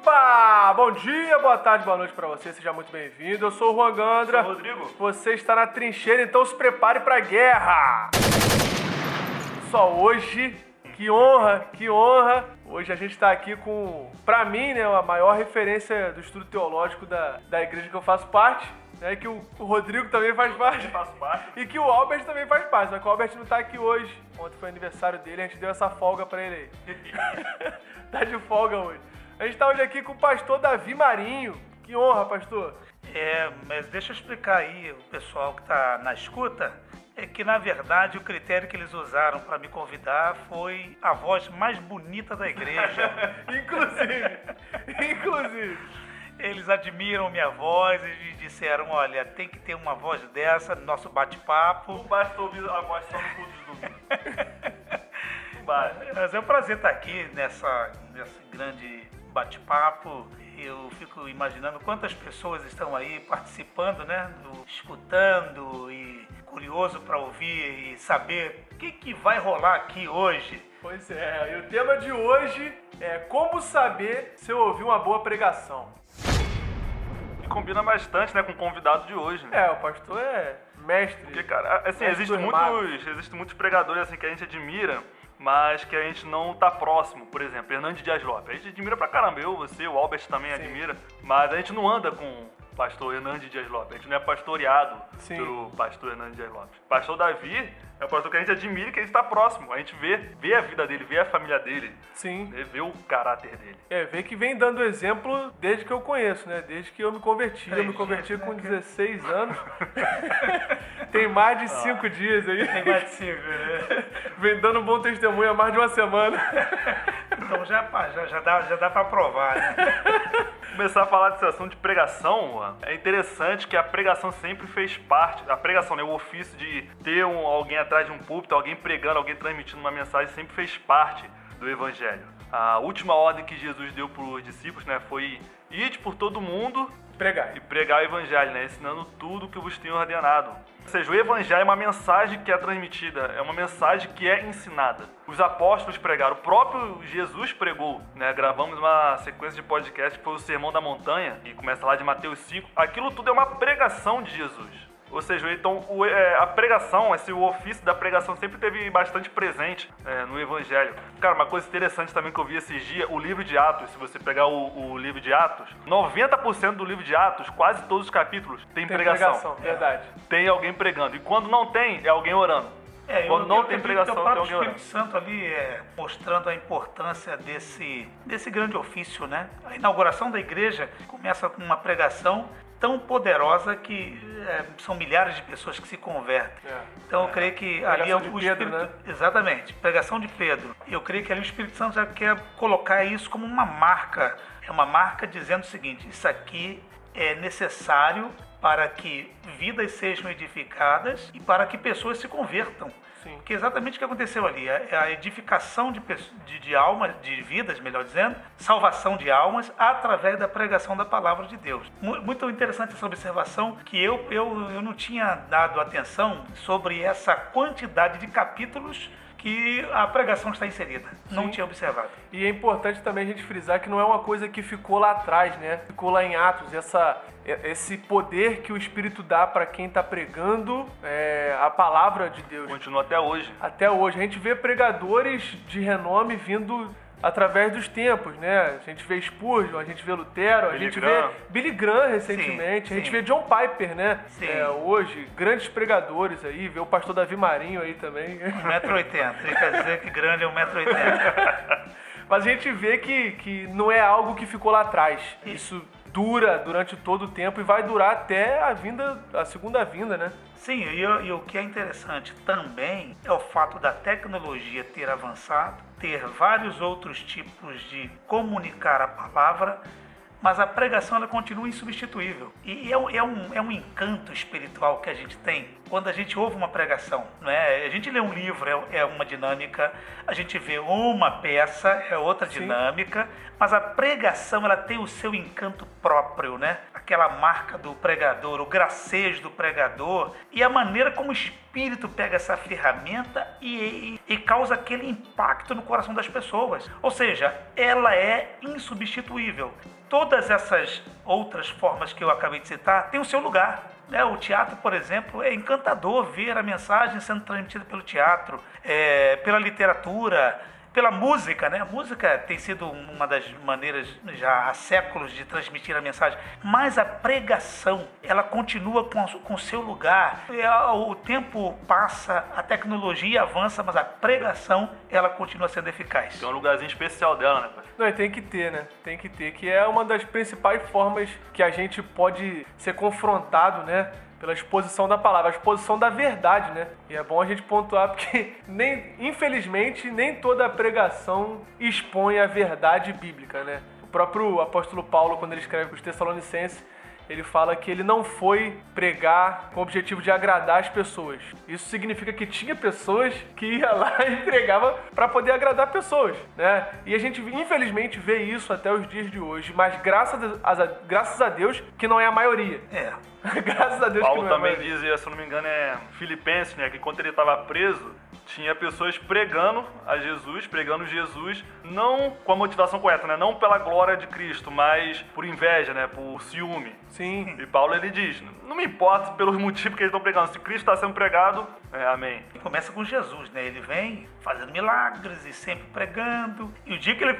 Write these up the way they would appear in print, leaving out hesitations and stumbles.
Opa! Bom dia, boa tarde, boa noite pra você, seja muito bem-vindo. Eu sou o Juan Gandra. Sou o Rodrigo. Você está na trincheira, então se prepare pra guerra! Só hoje, que honra! Hoje a gente tá aqui com, pra mim, né, a maior referência do estudo teológico da igreja que eu faço parte. É que o Rodrigo também faz parte. E que o Albert também faz parte, só que o Albert não tá aqui hoje. Ontem foi aniversário dele, a gente deu essa folga pra ele aí. Tá de folga hoje. A gente tá hoje aqui com o pastor Davi Marinho. Que honra, pastor. Mas deixa eu explicar aí, o pessoal que tá na escuta, é que na verdade o critério que eles usaram para me convidar foi a voz mais bonita da igreja. Inclusive. Eles admiram minha voz e disseram, olha, tem que ter uma voz dessa no nosso bate-papo. Não basta ouvir a voz só no culto de domingo. Mas é um prazer estar aqui nesse grande bate-papo. Eu fico imaginando quantas pessoas estão aí participando, né? Escutando e curioso para ouvir e saber o que vai rolar aqui hoje. Pois é, e o tema de hoje é como saber se eu ouvi uma boa pregação. E combina bastante, né, com o convidado de hoje, né? O pastor é mestre. Porque, cara, assim, existem muitos pregadores assim, que a gente admira, mas que a gente não tá próximo. Por exemplo, Hernandes Dias Lopes. A gente admira pra caramba, você, o Albert também admira, mas a gente não anda com o pastor Hernandes Dias Lopes. A gente não é pastoreado pelo pastor Hernandes Dias Lopes. Pastor Davi é um pastor que a gente admira e que a gente tá próximo. A gente vê a vida dele, vê a família dele. Sim. Vê o caráter dele. Vê que vem dando exemplo desde que eu conheço, né? Desde que eu me converti. Eu me converti com 16 anos. Tem mais de 5 dias aí. Tem mais de 5, né? Vem dando um bom testemunho há mais de uma semana. Então já dá pra provar, né? Começar a falar desse assunto de pregação, é interessante que a pregação sempre fez parte, a pregação, né, o ofício de ter alguém atrás de um púlpito, alguém pregando, alguém transmitindo uma mensagem, sempre fez parte do evangelho. A última ordem que Jesus deu para os discípulos, né, foi ide por todo mundo e pregar o evangelho, né, ensinando tudo que vos tenho ordenado. Ou seja, o evangelho é uma mensagem que é transmitida, é uma mensagem que é ensinada. Os apóstolos pregaram, o próprio Jesus pregou, né? Gravamos uma sequência de podcast que foi o Sermão da Montanha, que começa lá de Mateus 5. Aquilo tudo é uma pregação de Jesus. Ou seja, então a pregação, o ofício da pregação sempre teve bastante presente no Evangelho. Cara, uma coisa interessante também que eu vi esses dias, o livro de Atos, se você pegar o livro de Atos, 90% do livro de Atos, quase todos os capítulos, tem pregação. Verdade. Tem alguém pregando. E quando não tem, é alguém orando. Quando não tem pregação, tem alguém orando. O Espírito Santo ali mostrando a importância desse grande ofício, né? A inauguração da igreja começa com uma pregação tão poderosa que são milhares de pessoas que se convertem. Então eu creio que ali o Espírito... Pedro, né? Exatamente, pregação de Pedro. Eu creio que ali o Espírito Santo já quer colocar isso como uma marca. É uma marca dizendo o seguinte, isso aqui é necessário para que vidas sejam edificadas e para que pessoas se convertam. Sim. Porque é exatamente o que aconteceu ali, a edificação de almas, de vidas, melhor dizendo, salvação de almas através da pregação da palavra de Deus. Muito interessante essa observação, que eu não tinha dado atenção sobre essa quantidade de capítulos que a pregação está inserida. Não tinha observado. E é importante também a gente frisar que não é uma coisa que ficou lá atrás, né? Ficou lá em Atos, esse poder que o Espírito dá para quem está pregando a palavra de Deus. Continua até hoje. Até hoje. A gente vê pregadores de renome vindo através dos tempos, né? A gente vê Spurgeon, a gente vê Lutero, a gente vê Billy Graham recentemente, a gente vê John Piper, né? Hoje, grandes pregadores aí, vê o pastor Davi Marinho aí também. 1,80m, ele quer dizer que grande é 1,80m. Mas a gente vê que não é algo que ficou lá atrás. Isso dura durante todo o tempo e vai durar até a segunda vinda, né? Sim, e o que é interessante também é o fato da tecnologia ter avançado, ter vários outros tipos de comunicar a palavra, mas a pregação ela continua insubstituível. E é um encanto espiritual que a gente tem quando a gente ouve uma pregação, não é? A gente lê um livro, é uma dinâmica, a gente vê uma peça, é outra dinâmica, mas a pregação, ela tem o seu encanto próprio, né? Aquela marca do pregador, o gracejo do pregador e a maneira como o Espírito pega essa ferramenta e causa aquele impacto no coração das pessoas. Ou seja, ela é insubstituível. Todas essas outras formas que eu acabei de citar têm o seu lugar. O teatro, por exemplo, é encantador ver a mensagem sendo transmitida pelo teatro, pela literatura, pela música, né? A música tem sido uma das maneiras já há séculos de transmitir a mensagem, mas a pregação, ela continua com o seu lugar. O tempo passa, a tecnologia avança, mas a pregação, ela continua sendo eficaz. Tem um lugarzinho especial dela, né, pai? Não, e tem que ter, né? Tem que ter, que é uma das principais formas que a gente pode ser confrontado, né? Pela exposição da palavra, a exposição da verdade, né? E é bom a gente pontuar porque, infelizmente, nem toda a pregação expõe a verdade bíblica, né? O próprio apóstolo Paulo, quando ele escreve para os Tessalonicenses, ele fala que ele não foi pregar com o objetivo de agradar as pessoas. Isso significa que tinha pessoas que ia lá e pregava para poder agradar pessoas, né? E a gente, infelizmente, vê isso até os dias de hoje, mas graças a Deus que não é a maioria. Graças a Deus Paulo que não é a também maioria. dizia, se eu não me engano, Filipenses, né? Que enquanto ele estava preso, tinha pessoas pregando Jesus, não com a motivação correta, né? Não pela glória de Cristo, mas por inveja, né? Por ciúme. Sim. E Paulo, ele diz, não me importa pelos motivos que eles estão pregando, se Cristo está sendo pregado, amém. E começa com Jesus, né? Ele vem fazendo milagres e sempre pregando. E o dia que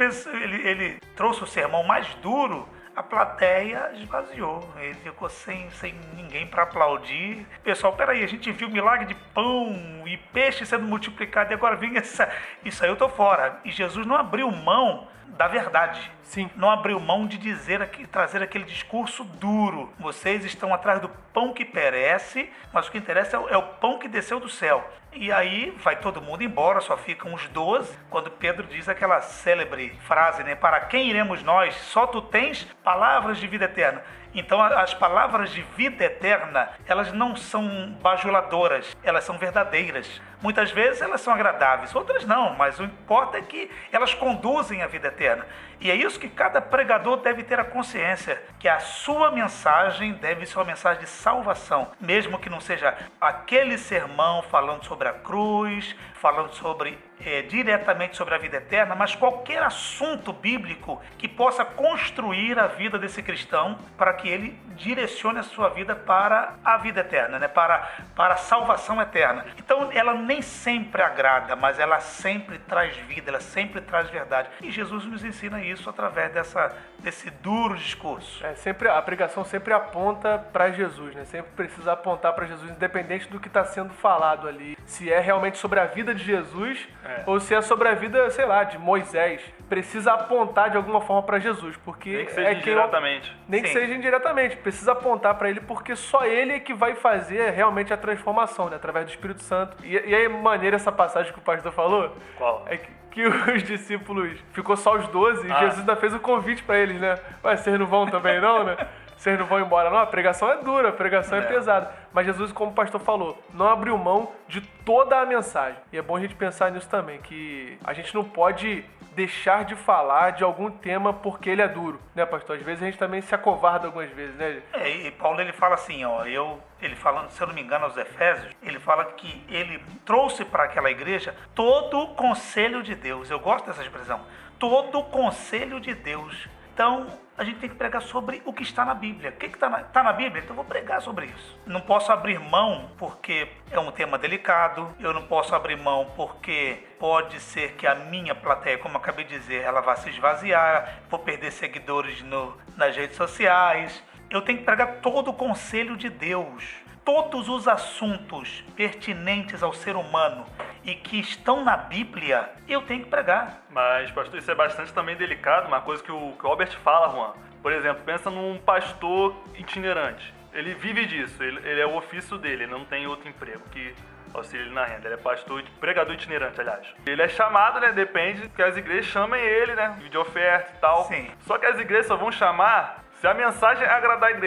ele trouxe o sermão mais duro, a plateia esvaziou. Ele ficou sem ninguém para aplaudir. Pessoal, peraí, a gente viu milagre de pão e peixe sendo multiplicado e agora vem isso aí eu tô fora. E Jesus não abriu mão da verdade. Sim. Não abriu mão de trazer aquele discurso duro. Vocês estão atrás do pão que perece, mas o que interessa é o pão que desceu do céu. E aí vai todo mundo embora, só ficam os 12, quando Pedro diz aquela célebre frase, né? Para quem iremos nós? Só tu tens palavras de vida eterna. Então as palavras de vida eterna, elas não são bajuladoras, elas são verdadeiras. Muitas vezes elas são agradáveis, outras não, mas o que importa é que elas conduzem à vida eterna. E é isso que cada pregador deve ter a consciência, que a sua mensagem deve ser uma mensagem de salvação, mesmo que não seja aquele sermão falando sobre a cruz, falando diretamente sobre a vida eterna, mas qualquer assunto bíblico que possa construir a vida desse cristão para que ele direcione a sua vida para a vida eterna, né? para a salvação eterna. Então ela nem sempre agrada, mas ela sempre traz vida, ela sempre traz verdade. E Jesus nos ensina isso através desse duro discurso. A pregação sempre aponta para Jesus, né? Sempre precisa apontar para Jesus, independente do que está sendo falado ali. Se é realmente sobre a vida de Jesus ou se é sobre a vida, sei lá, de Moisés. Precisa apontar de alguma forma para Jesus, porque nem que seja indiretamente. Nem que seja indiretamente. Precisa apontar para ele, porque só ele é que vai fazer realmente a transformação, né? Através do Espírito Santo. E aí, maneira essa passagem que o pastor falou? Qual? É que os discípulos, ficou só os 12 e Jesus ainda fez um convite para eles, né? Ué, vocês não vão também não, né? Vocês não vão embora não? A pregação é dura, a pregação é pesada. Mas Jesus, como o pastor falou, não abriu mão de toda a mensagem. E é bom a gente pensar nisso também, que a gente não pode deixar de falar de algum tema porque ele é duro, né, pastor? Às vezes a gente também se acovarda algumas vezes, né? E Paulo, ele fala assim, ele falando, se eu não me engano, aos Efésios, ele fala que ele trouxe para aquela igreja todo o conselho de Deus. Eu gosto dessa expressão. Todo o conselho de Deus. Então, a gente tem que pregar sobre o que está na Bíblia. O que está na Bíblia? Então eu vou pregar sobre isso. Não posso abrir mão porque é um tema delicado. Eu não posso abrir mão porque pode ser que a minha plateia, como eu acabei de dizer, ela vá se esvaziar. Vou perder seguidores nas redes sociais. Eu tenho que pregar todo o conselho de Deus. Todos os assuntos pertinentes ao ser humano e que estão na Bíblia, eu tenho que pregar. Mas, pastor, isso é bastante também delicado, uma coisa que o Albert fala, Juan. Por exemplo, pensa num pastor itinerante. Ele vive disso, ele é o ofício dele, ele não tem outro emprego que auxilie ele na renda. Ele é pastor, pregador itinerante, aliás. Ele é chamado, né, depende que as igrejas chamem ele, né, de oferta e tal. Sim. Só que as igrejas só vão chamar se a mensagem agradar a igreja.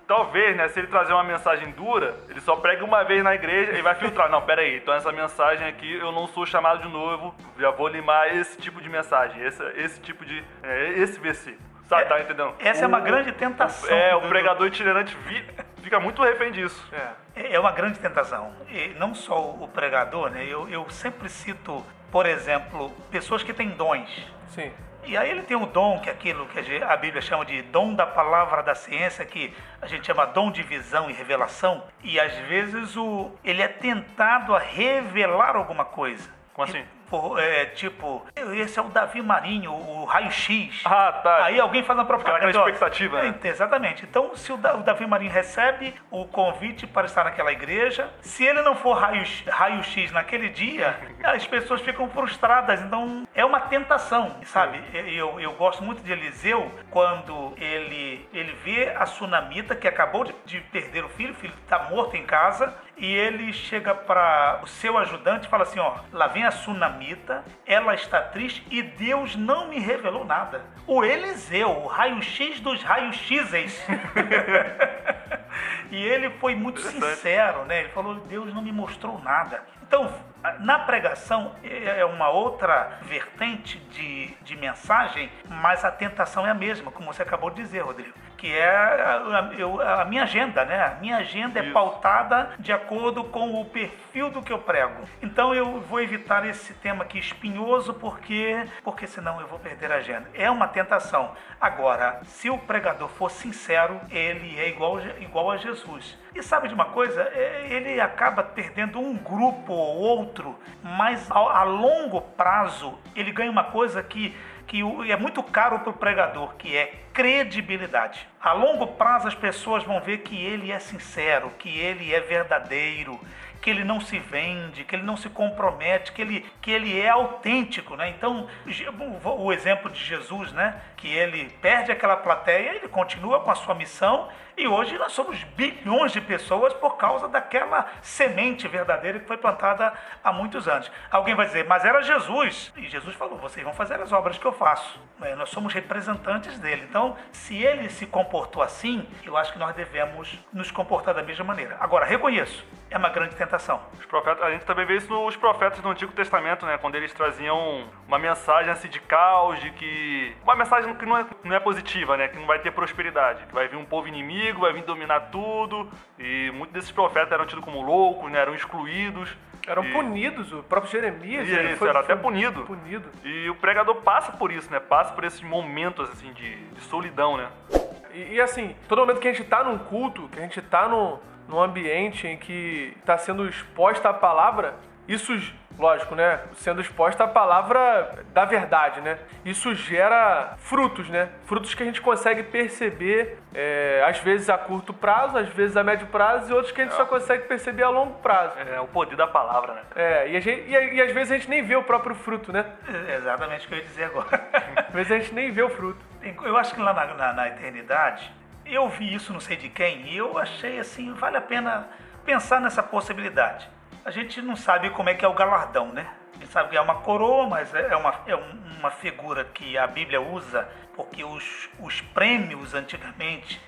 talvez, né, se ele trazer uma mensagem dura, ele só prega uma vez na igreja e vai filtrar. Não, pera aí, então essa mensagem aqui eu não sou chamado de novo, já vou limar esse tipo de mensagem, esse tipo de... esse versículo. Sabe, tá entendendo? Essa é uma grande tentação. O pregador itinerante fica muito refém disso. É uma grande tentação. E não só o pregador, né? Eu sempre cito, por exemplo, pessoas que têm dons. Sim. E aí ele tem um dom, que é aquilo que a Bíblia chama de dom da palavra da ciência, que a gente chama dom de visão e revelação. E às vezes ele é tentado a revelar alguma coisa. Como assim? Tipo, esse é o Davi Marinho, o raio-x. Ah, tá. Aí alguém faz uma propaganda. Aquela expectativa, né? Exatamente. Então, se o Davi Marinho recebe o convite para estar naquela igreja, se ele não for raio-x naquele dia, as pessoas ficam frustradas. Então, é uma tentação, sabe? Eu gosto muito de Eliseu, quando ele vê a sunamita, que acabou de perder o filho está morto em casa, e ele chega para o seu ajudante e fala assim, ó, lá vem a sunamita, ela está triste e Deus não me revelou nada. O Eliseu, o raio-x dos raio-x's. E ele foi muito sincero, né? Ele falou, Deus não me mostrou nada. Então, na pregação é uma outra vertente de mensagem, mas a tentação é a mesma, como você acabou de dizer, Rodrigo, que é a minha agenda, né? A minha agenda é pautada de acordo com o perfil do que eu prego. Então eu vou evitar esse tema aqui espinhoso, porque senão eu vou perder a agenda. É uma tentação. Agora, se o pregador for sincero, ele é igual a Jesus. E sabe de uma coisa? Ele acaba perdendo um grupo ou outro, mas a longo prazo ele ganha uma coisa que é muito caro para o pregador, que é credibilidade. A longo prazo as pessoas vão ver que ele é sincero, que ele é verdadeiro, que ele não se vende, que ele não se compromete, que ele é autêntico, né? Então, o exemplo de Jesus, né? Que ele perde aquela plateia, ele continua com a sua missão, e hoje nós somos bilhões de pessoas por causa daquela semente verdadeira que foi plantada há muitos anos. Alguém vai dizer, mas era Jesus. E Jesus falou, vocês vão fazer as obras que eu faço. Nós somos representantes dele. Então, se ele se comportou assim, eu acho que nós devemos nos comportar da mesma maneira. Agora, reconheço, é uma grande tentação. Os profetas, a gente também vê isso nos profetas do Antigo Testamento, né? Quando eles traziam uma mensagem assim de caos, de que... uma mensagem que não é positiva, né? Que não vai ter prosperidade. Que vai vir um povo inimigo, vai vir dominar tudo. E muitos desses profetas eram tidos como loucos, né? Eram excluídos. Eram punidos, o próprio Jeremias era até punido. Punido. E o pregador passa por isso, né? Passa por esses momentos assim de solidão, né? E assim, todo momento que a gente tá num culto, que a gente tá num ambiente em que está sendo exposta a palavra, isso, lógico, né? Sendo exposta a palavra da verdade, né? Isso gera frutos, né? Frutos que a gente consegue perceber, às vezes a curto prazo, às vezes a médio prazo, e outros que a gente só consegue perceber a longo prazo. É o poder da palavra, né? E às vezes a gente nem vê o próprio fruto, né? É exatamente o que eu ia dizer agora. Às vezes a gente nem vê o fruto. Eu acho que lá na eternidade, eu vi isso não sei de quem, e eu achei assim, vale a pena pensar nessa possibilidade. A gente não sabe como é que é o galardão, né? A gente sabe que é uma coroa, mas é uma figura que a Bíblia usa, porque os prêmios antigamente,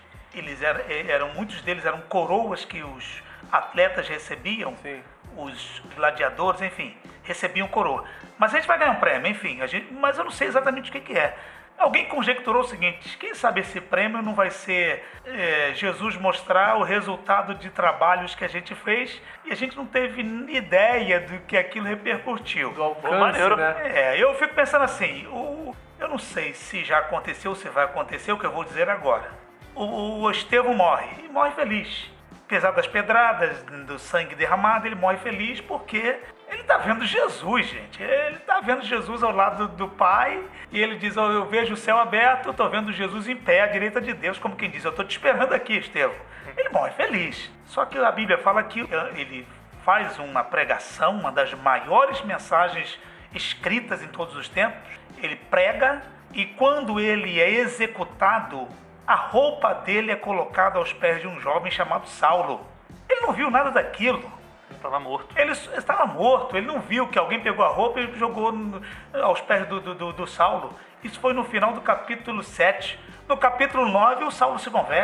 muitos deles eram coroas que os atletas recebiam. Sim. Os gladiadores, enfim, recebiam coroa. Mas a gente vai ganhar um prêmio, enfim, mas eu não sei exatamente o que é. Alguém conjecturou o seguinte, quem sabe esse prêmio não vai ser Jesus mostrar o resultado de trabalhos que a gente fez e a gente não teve ideia do que aquilo repercutiu. Do alcance, né? Eu fico pensando assim, eu não sei se já aconteceu ou se vai acontecer o que eu vou dizer agora. O Estevão morre, e morre feliz. Apesar das pedradas, do sangue derramado, ele morre feliz porque ele está vendo Jesus, gente. Ele está vendo Jesus ao lado do Pai e ele diz, eu vejo o céu aberto, eu estou vendo Jesus em pé à direita de Deus, como quem diz, eu estou te esperando aqui, Estevão. Ele morre feliz. Só que a Bíblia fala que ele faz uma pregação, uma das maiores mensagens escritas em todos os tempos. Ele prega e quando ele é executado, a roupa dele é colocada aos pés de um jovem chamado Saulo. Ele não viu nada daquilo. Ele estava morto. Ele estava morto. Ele não viu que alguém pegou a roupa e jogou aos pés do Saulo. Isso foi no final do capítulo 7. No capítulo 9, o Saulo se converte.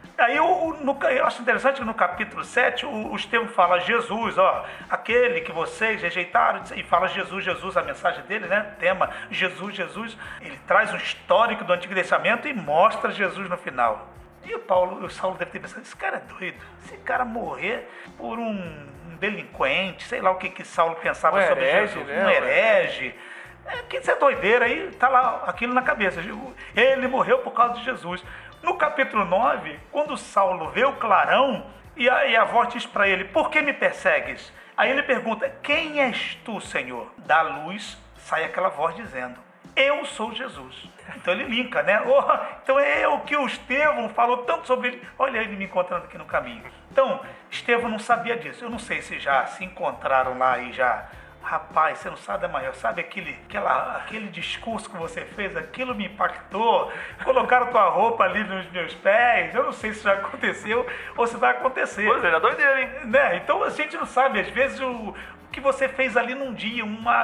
Aí eu acho interessante que no capítulo 7 o Estevão fala Jesus, aquele que vocês rejeitaram, e fala Jesus, a mensagem dele, né? Tema Jesus. Ele traz um histórico do Antigo Testamento e mostra Jesus no final. E o Saulo deve ter pensado, esse cara é doido, esse cara morrer por um delinquente, sei lá o que Saulo pensava sobre Jesus, um herege. Que isso é doideira, aí tá lá aquilo na cabeça. Ele morreu por causa de Jesus. No capítulo 9, quando Saulo vê o clarão e a voz diz para ele, por que me persegues? Aí ele pergunta, quem és tu, Senhor? Da luz sai aquela voz dizendo, eu sou Jesus. Então ele linka, né? Então é o que o Estevão falou tanto sobre ele. Olha ele me encontrando aqui no caminho. Então, Estevão não sabia disso. Eu não sei se já se encontraram lá e já... Rapaz, você não sabe da maior, sabe aquele discurso que você fez, aquilo me impactou, colocaram tua roupa ali nos meus pés, eu não sei se já aconteceu ou se vai acontecer. Pois é, já doideira, hein? Né? Então a gente não sabe, às vezes, o que você fez ali num dia,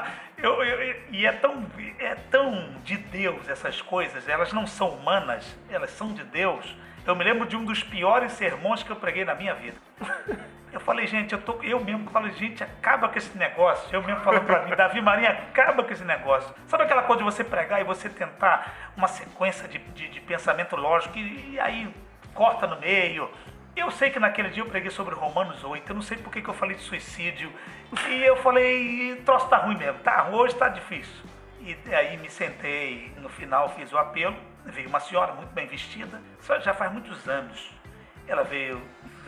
e é tão de Deus essas coisas, elas não são humanas, elas são de Deus. Eu me lembro de um dos piores sermões que eu preguei na minha vida. Eu falei, gente, eu mesmo falei, gente, acaba com esse negócio. Eu mesmo falando pra mim, Davi Marinho, acaba com esse negócio. Sabe aquela coisa de você pregar e você tentar uma sequência de pensamento lógico e aí corta no meio? Eu sei que naquele dia eu preguei sobre Romanos 8, eu não sei por que eu falei de suicídio. E eu falei, o troço tá ruim mesmo, hoje tá difícil. E aí me sentei, no final fiz o apelo, veio uma senhora muito bem vestida, já faz muitos anos. Ela veio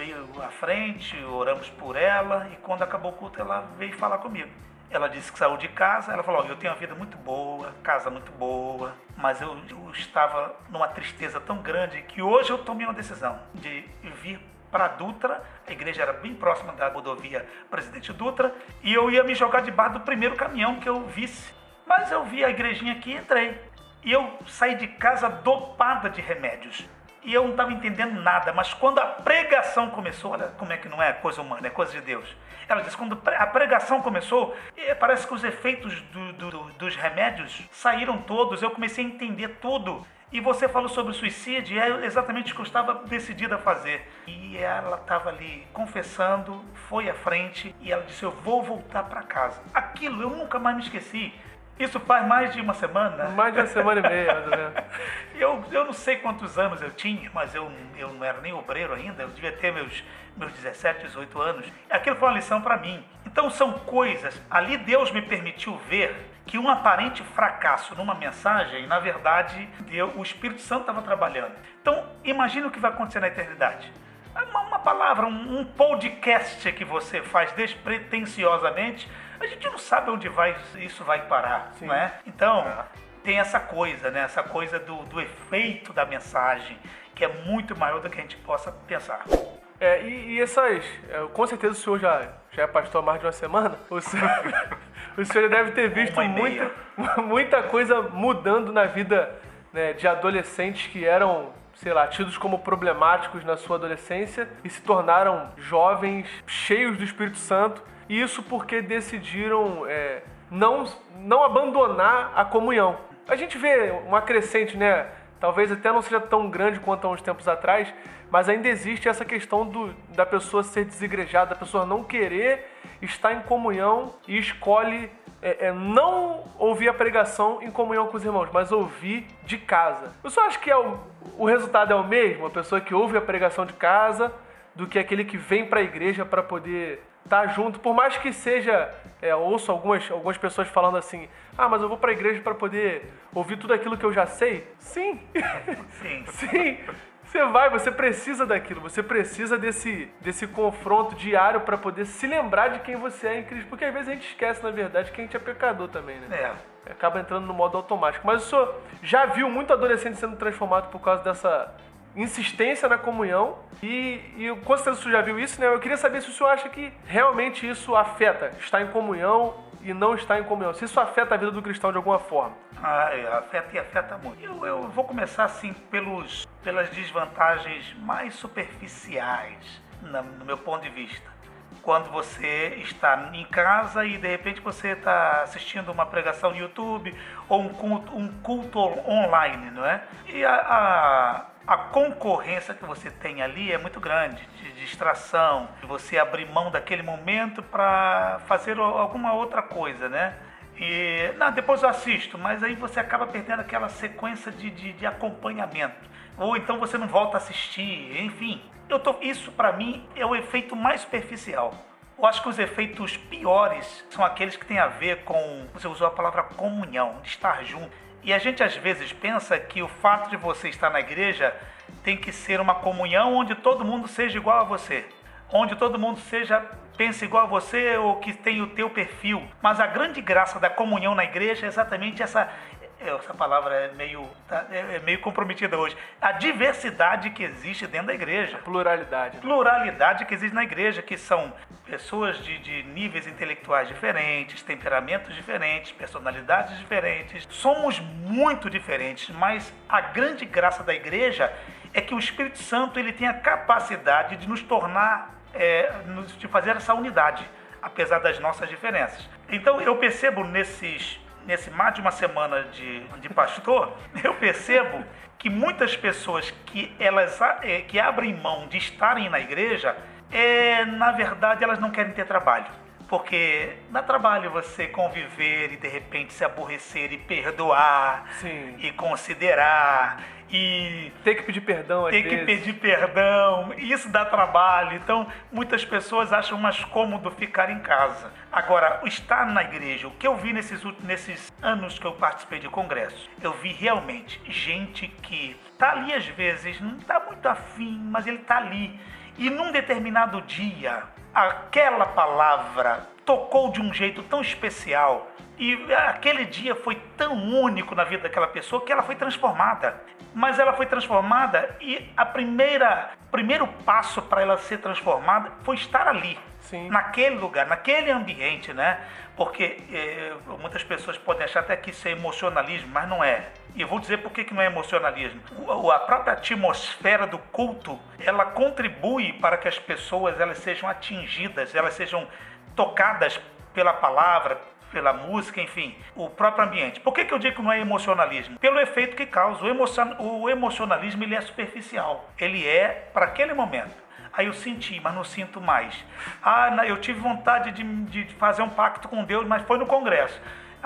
à frente, oramos por ela, e quando acabou o culto ela veio falar comigo. Ela disse que saiu de casa, ela falou, eu tenho uma vida muito boa, casa muito boa, mas eu estava numa tristeza tão grande que hoje eu tomei uma decisão de vir para Dutra, a igreja era bem próxima da rodovia Presidente Dutra, e eu ia me jogar debaixo do primeiro caminhão que eu visse. Mas eu vi a igrejinha aqui e entrei. E eu saí de casa dopada de remédios. E eu não estava entendendo nada, mas quando a pregação começou, olha como é que não é coisa humana, é coisa de Deus. Ela disse, quando a pregação começou, parece que os efeitos dos remédios saíram todos, eu comecei a entender tudo. E você falou sobre suicídio, e é exatamente o que eu estava decidida a fazer. E ela estava ali confessando, foi à frente, e ela disse, eu vou voltar para casa. Aquilo eu nunca mais me esqueci. Isso faz mais de uma semana. Mais de uma semana e meia, mais ou menos. Eu não sei quantos anos eu tinha, mas eu não era nem obreiro ainda, eu devia ter meus 17, 18 anos. Aquilo foi uma lição para mim. Então são coisas, ali Deus me permitiu ver que um aparente fracasso numa mensagem, na verdade, o Espírito Santo estava trabalhando. Então imagine o que vai acontecer na eternidade. Uma palavra, um podcast que você faz despretensiosamente, a gente não sabe onde isso vai parar, sim, não é? Então, tem essa coisa, né? Essa coisa do efeito da mensagem, que é muito maior do que a gente possa pensar. E essas... com certeza o senhor já é pastor há mais de uma semana. O senhor deve ter visto muita coisa mudando na vida, né, de adolescentes que eram, sei lá, tidos como problemáticos na sua adolescência e se tornaram jovens cheios do Espírito Santo. E isso porque decidiram não abandonar a comunhão. A gente vê uma crescente, né? Talvez até não seja tão grande quanto há uns tempos atrás, mas ainda existe essa questão da pessoa ser desigrejada, da pessoa não querer estar em comunhão e escolhe não ouvir a pregação em comunhão com os irmãos, mas ouvir de casa. Eu só acho que o resultado é o mesmo, a pessoa que ouve a pregação de casa, do que aquele que vem para a igreja para poder estar junto, por mais que seja, ouço algumas pessoas falando assim, mas eu vou para a igreja para poder ouvir tudo aquilo que eu já sei. Sim, sim, você precisa daquilo, você precisa desse confronto diário para poder se lembrar de quem você é em Cristo, porque às vezes a gente esquece, na verdade, que a gente é pecador também, né? Acaba entrando no modo automático. Mas o senhor já viu muito adolescente sendo transformado por causa dessa insistência na comunhão e com certeza o senhor já viu isso, né? Eu queria saber se o senhor acha que realmente isso afeta estar em comunhão e não estar em comunhão, se isso afeta a vida do cristão de alguma forma. Afeta muito. Eu vou começar assim pelas desvantagens mais superficiais, no meu ponto de vista. Quando você está em casa e de repente você está assistindo uma pregação no YouTube ou um culto online, não é? E a concorrência que você tem ali é muito grande, de distração, de você abrir mão daquele momento para fazer alguma outra coisa, né? E depois eu assisto, mas aí você acaba perdendo aquela sequência de acompanhamento. Ou então você não volta a assistir, enfim. Isso para mim é o efeito mais superficial. Eu acho que os efeitos piores são aqueles que têm a ver com, você usou a palavra comunhão, de estar junto. E a gente às vezes pensa que o fato de você estar na igreja tem que ser uma comunhão onde todo mundo seja igual a você. Onde todo mundo pense igual a você ou que tenha o teu perfil. Mas a grande graça da comunhão na igreja é exatamente essa palavra é meio comprometida hoje. A diversidade que existe dentro da igreja. Pluralidade. Pluralidade que existe na igreja, que são pessoas de níveis intelectuais diferentes, temperamentos diferentes, personalidades diferentes. Somos muito diferentes, mas a grande graça da igreja é que o Espírito Santo ele tem a capacidade de nos tornar, de fazer essa unidade, apesar das nossas diferenças. Então eu percebo nesse mais de uma semana de pastor, eu percebo que muitas pessoas que abrem mão de estarem na igreja, na verdade elas não querem ter trabalho. Porque dá trabalho você conviver e de repente se aborrecer e perdoar. Sim. E considerar e ter que pedir perdão às vezes. Ter que pedir perdão, isso dá trabalho. Então, muitas pessoas acham mais cômodo ficar em casa. Agora, estar na igreja, o que eu vi nesses anos que eu participei de congressos, eu vi realmente gente que está ali às vezes, não está muito afim, mas ele está ali. E num determinado dia, aquela palavra tocou de um jeito tão especial e aquele dia foi tão único na vida daquela pessoa que ela foi transformada. Mas ela foi transformada e primeiro passo para ela ser transformada foi estar ali. Sim. Naquele lugar, naquele ambiente, né? Porque muitas pessoas podem achar até que isso é emocionalismo, mas não é. E eu vou dizer por que não é emocionalismo. A própria atmosfera do culto, ela contribui para que as pessoas elas sejam atingidas, elas sejam tocadas pela palavra, pela música, enfim, o próprio ambiente. Por que eu digo que não é emocionalismo? Pelo efeito que causa. O emocionalismo ele é superficial. Ele é para aquele momento. Aí eu senti, mas não sinto mais. Eu tive vontade de fazer um pacto com Deus, mas foi no congresso.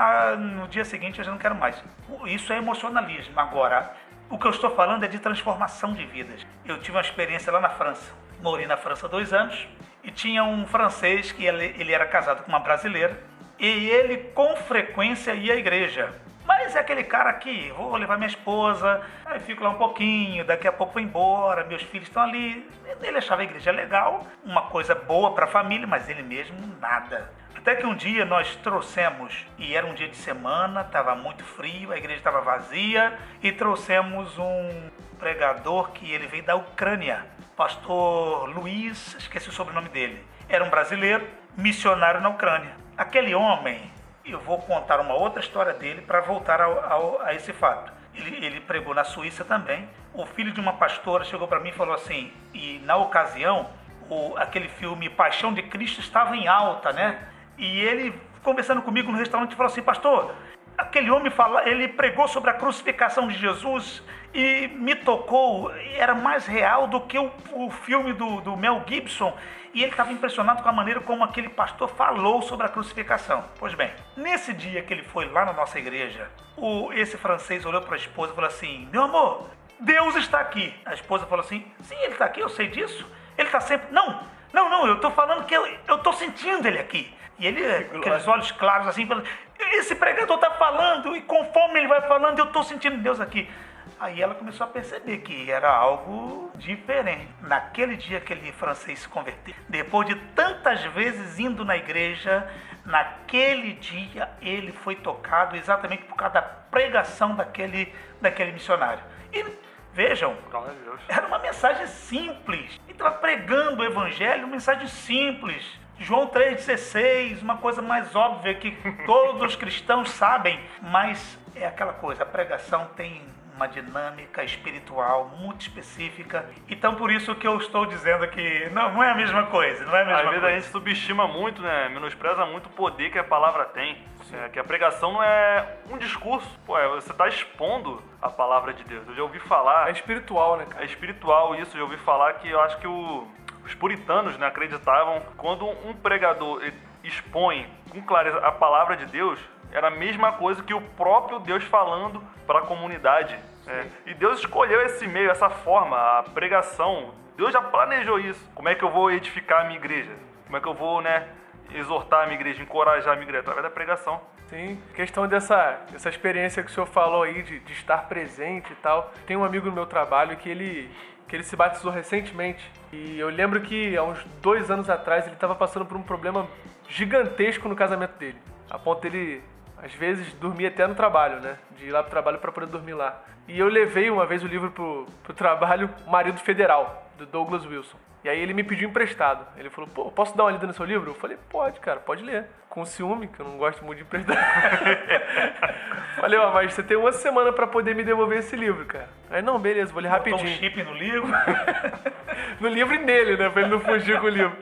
No dia seguinte eu já não quero mais. Isso é emocionalismo. Agora, o que eu estou falando é de transformação de vidas. Eu tive uma experiência lá na França. Morei na França 2 anos e tinha um francês que ele era casado com uma brasileira e ele com frequência ia à igreja. Mas é aquele cara que vou levar minha esposa, aí fico lá um pouquinho, daqui a pouco vou embora, meus filhos estão ali. Ele achava a igreja legal, uma coisa boa para a família, mas ele mesmo nada. Até que um dia nós trouxemos, e era um dia de semana, estava muito frio, a igreja estava vazia, e trouxemos um pregador que ele veio da Ucrânia, pastor Luiz, esqueci o sobrenome dele. Era um brasileiro, missionário na Ucrânia. Aquele homem, eu vou contar uma outra história dele para voltar a esse fato. Ele pregou na Suíça também. O filho de uma pastora chegou para mim e falou assim, e na ocasião, aquele filme Paixão de Cristo estava em alta, né? E ele, conversando comigo no restaurante, falou assim, pastor, aquele homem ele pregou sobre a crucificação de Jesus e me tocou, era mais real do que o filme do Mel Gibson. E ele estava impressionado com a maneira como aquele pastor falou sobre a crucificação. Pois bem, nesse dia que ele foi lá na nossa igreja, esse francês olhou para a esposa e falou assim, meu amor, Deus está aqui. A esposa falou assim, sim, ele está aqui, eu sei disso. Ele está sempre... Não, eu estou falando que eu estou sentindo ele aqui. E ele, aqueles olhos claros assim, falando, esse pregador está falando, e conforme ele vai falando, eu estou sentindo Deus aqui. Aí ela começou a perceber que era algo diferente. Naquele dia aquele francês se converteu, depois de tantas vezes indo na igreja, naquele dia ele foi tocado exatamente por causa da pregação daquele missionário. E vejam, era uma mensagem simples. Ele estava pregando o evangelho, uma mensagem simples. João 3,16, uma coisa mais óbvia que todos os cristãos sabem, mas é aquela coisa, a pregação tem uma dinâmica espiritual muito específica, então por isso que eu estou dizendo que não é a mesma coisa, não é a mesma coisa. Às vezes a gente subestima muito, né, menospreza muito o poder que a palavra tem. Que a pregação não é um discurso, você tá expondo a palavra de Deus. Eu já ouvi falar... É espiritual, né, cara? É espiritual isso, eu já ouvi falar que eu acho que os puritanos, né, acreditavam quando um pregador expõe com clareza a palavra de Deus, era a mesma coisa que o próprio Deus falando para a comunidade. E Deus escolheu esse meio, essa forma, a pregação. Deus já planejou isso. Como é que eu vou edificar a minha igreja? Como é que eu vou, exortar a minha igreja, encorajar a minha igreja? Através da pregação. Sim, questão dessa experiência que o senhor falou aí de estar presente e tal. Tem um amigo no meu trabalho que ele se batizou recentemente. E eu lembro que há uns 2 anos atrás ele estava passando por um problema gigantesco no casamento dele. A ponto dele, às vezes, dormir até no trabalho, né? De ir lá pro trabalho para poder dormir lá. E eu levei uma vez o livro pro trabalho, Marido Federal, do Douglas Wilson. E aí ele me pediu emprestado. Ele falou, pô, posso dar uma lida no seu livro? Eu falei, pode, cara, pode ler. Com ciúme, que eu não gosto muito de emprestar. Falei, mas você tem 1 semana pra poder me devolver esse livro, cara. Aí, não, beleza, vou ler rapidinho. Botou um chip no livro? No livro e nele, né, pra ele não fugir com o livro.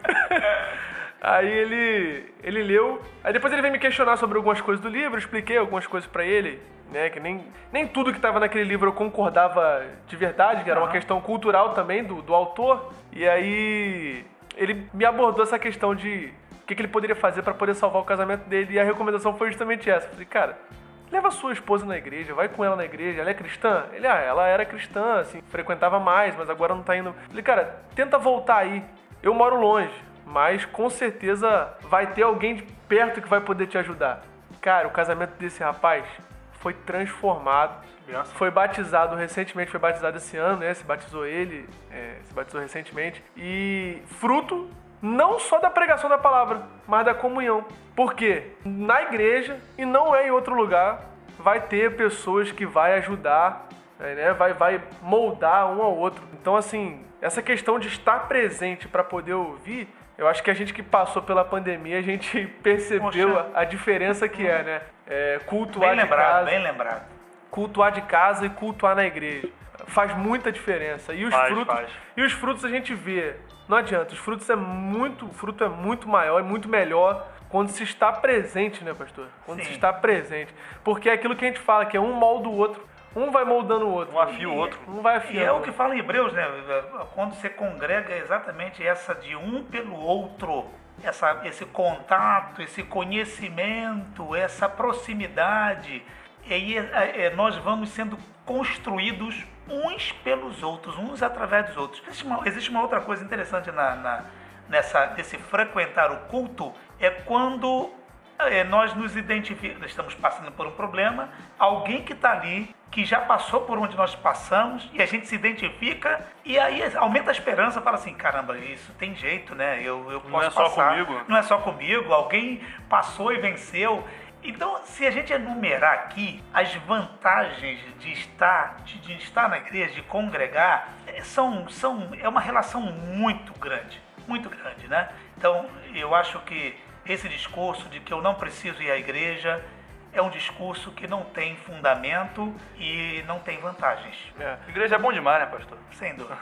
Aí ele leu, aí depois ele veio me questionar sobre algumas coisas do livro, eu expliquei algumas coisas pra ele, né, que nem tudo que estava naquele livro eu concordava de verdade, que era uma questão cultural também do autor, e aí ele me abordou essa questão de o que ele poderia fazer para poder salvar o casamento dele, e a recomendação foi justamente essa. Eu falei, cara, leva a sua esposa na igreja, vai com ela na igreja, ela é cristã? Ele, ela era cristã, assim, frequentava mais, mas agora não tá indo. Eu falei, cara, tenta voltar aí, eu moro longe, mas com certeza vai ter alguém de perto que vai poder te ajudar. Cara, o casamento desse rapaz foi transformado, foi batizado recentemente, foi batizado esse ano, né? Se batizou recentemente. E fruto não só da pregação da palavra, mas da comunhão. Por quê? Na igreja, e não é em outro lugar, vai ter pessoas que vai ajudar, né? Vai moldar um ao outro. Então, assim, essa questão de estar presente para poder ouvir, eu acho que a gente que passou pela pandemia, a gente percebeu a diferença que é, né? Cultuar bem lembrado, de casa, bem lembrado. Cultuar de casa e cultuar na igreja. Faz muita diferença. E os frutos a gente vê. Não adianta, o fruto é muito maior e muito melhor quando se está presente, né, pastor? Quando se está presente. Porque é aquilo que a gente fala, que é um molda o outro. Um vai moldando o outro. Um afia o outro. Um vai afiando. E é o que fala em Hebreus, né? Quando você congrega, é exatamente essa de um pelo outro. Esse contato, esse conhecimento, essa proximidade. E aí nós vamos sendo construídos uns pelos outros, uns através dos outros. Existe uma outra coisa interessante nesse frequentar o culto, é quando nós nos identificamos, estamos passando por um problema, alguém que está ali, que já passou por onde nós passamos, e a gente se identifica, e aí aumenta a esperança, fala assim, caramba, isso tem jeito, né? Eu posso não é passar. Só comigo. Não é só comigo, alguém passou e venceu. Então, se a gente enumerar aqui as vantagens de estar na igreja, de congregar, é uma relação muito grande, né? Então, eu acho que esse discurso de que eu não preciso ir à igreja é um discurso que não tem fundamento e não tem vantagens. Igreja é bom demais, né, pastor? Sem dúvida.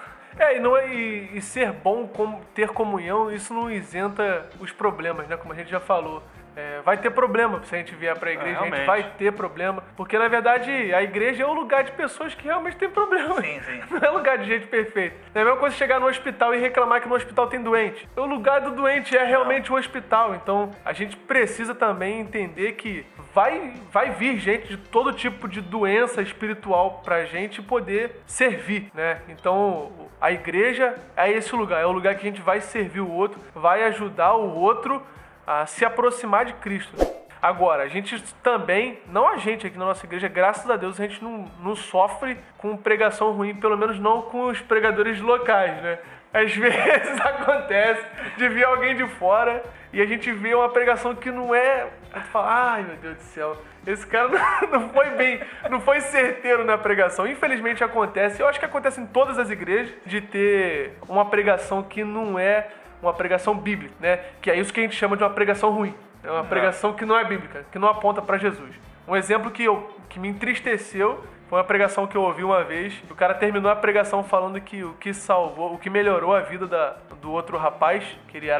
E ser bom, ter comunhão, isso não isenta os problemas, né? Como a gente já falou. Vai ter problema se a gente vier pra igreja, a gente vai ter problema. Porque, na verdade, a igreja é o lugar de pessoas que realmente têm problema. Sim. Não é lugar de gente perfeita. Não é a mesma coisa chegar no hospital e reclamar que no hospital tem doente. O lugar do doente é realmente o hospital. Então, a gente precisa também entender que vai vir gente de todo tipo de doença espiritual pra gente poder servir, né? Então, a igreja é esse lugar. É o lugar que a gente vai servir o outro, vai ajudar o outro a se aproximar de Cristo. Agora, a gente também, não a gente aqui na nossa igreja, graças a Deus, a gente não sofre com pregação ruim, pelo menos não com os pregadores locais, né? Às vezes acontece de vir alguém de fora e a gente vê uma pregação que não é... A gente fala, ai meu Deus do céu, esse cara não foi certeiro na pregação. Infelizmente acontece, eu acho que acontece em todas as igrejas, de ter uma pregação que não é uma pregação bíblica, né? Que é isso que a gente chama de uma pregação ruim. É uma pregação que não é bíblica, que não aponta para Jesus. Um exemplo que me entristeceu foi uma pregação que eu ouvi uma vez. O cara terminou a pregação falando que o que salvou, o que melhorou a vida do outro rapaz, que ele era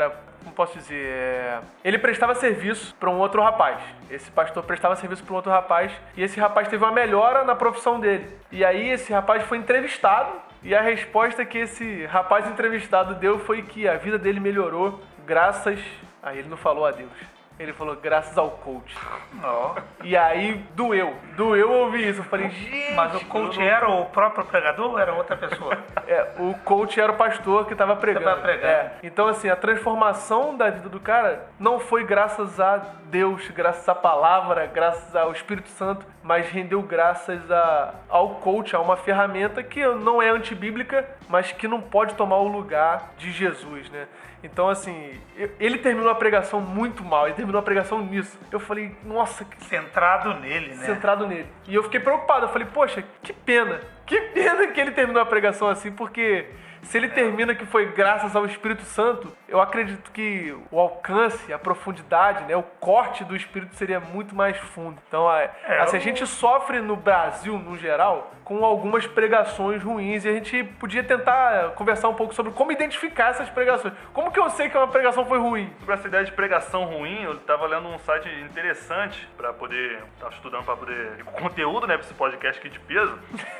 como posso dizer, ele prestava serviço para um outro rapaz. Esse pastor prestava serviço para um outro rapaz e esse rapaz teve uma melhora na profissão dele. E aí esse rapaz foi entrevistado e a resposta que esse rapaz entrevistado deu foi que a vida dele melhorou graças... Aí ele não falou a Deus. Ele falou, graças ao coach. Ó. E aí, doeu ouvir isso. Eu falei, gente... Mas o coach era o próprio pregador ou era outra pessoa? O coach era o pastor que estava pregando. pregando. Então, assim, a transformação da vida do cara não foi graças a Deus, graças à palavra, graças ao Espírito Santo, mas rendeu graças ao coach, a uma ferramenta que não é antibíblica, mas que não pode tomar o lugar de Jesus, né? Então, assim, ele terminou a pregação muito mal, ele terminou a pregação nisso. Eu falei, nossa... Centrado nele, né? Centrado nele. E eu fiquei preocupado, eu falei, poxa, que pena que ele terminou a pregação assim, porque... Se ele termina que foi graças ao Espírito Santo, eu acredito que o alcance, a profundidade, né, o corte do Espírito seria muito mais fundo. Então, assim, a gente sofre no Brasil, no geral, com algumas pregações ruins e a gente podia tentar conversar um pouco sobre como identificar essas pregações. Como que eu sei que uma pregação foi ruim? Sobre essa ideia de pregação ruim, eu estava lendo um site interessante para poder... Estava estudando para poder... conteúdo, né, para esse podcast aqui de peso,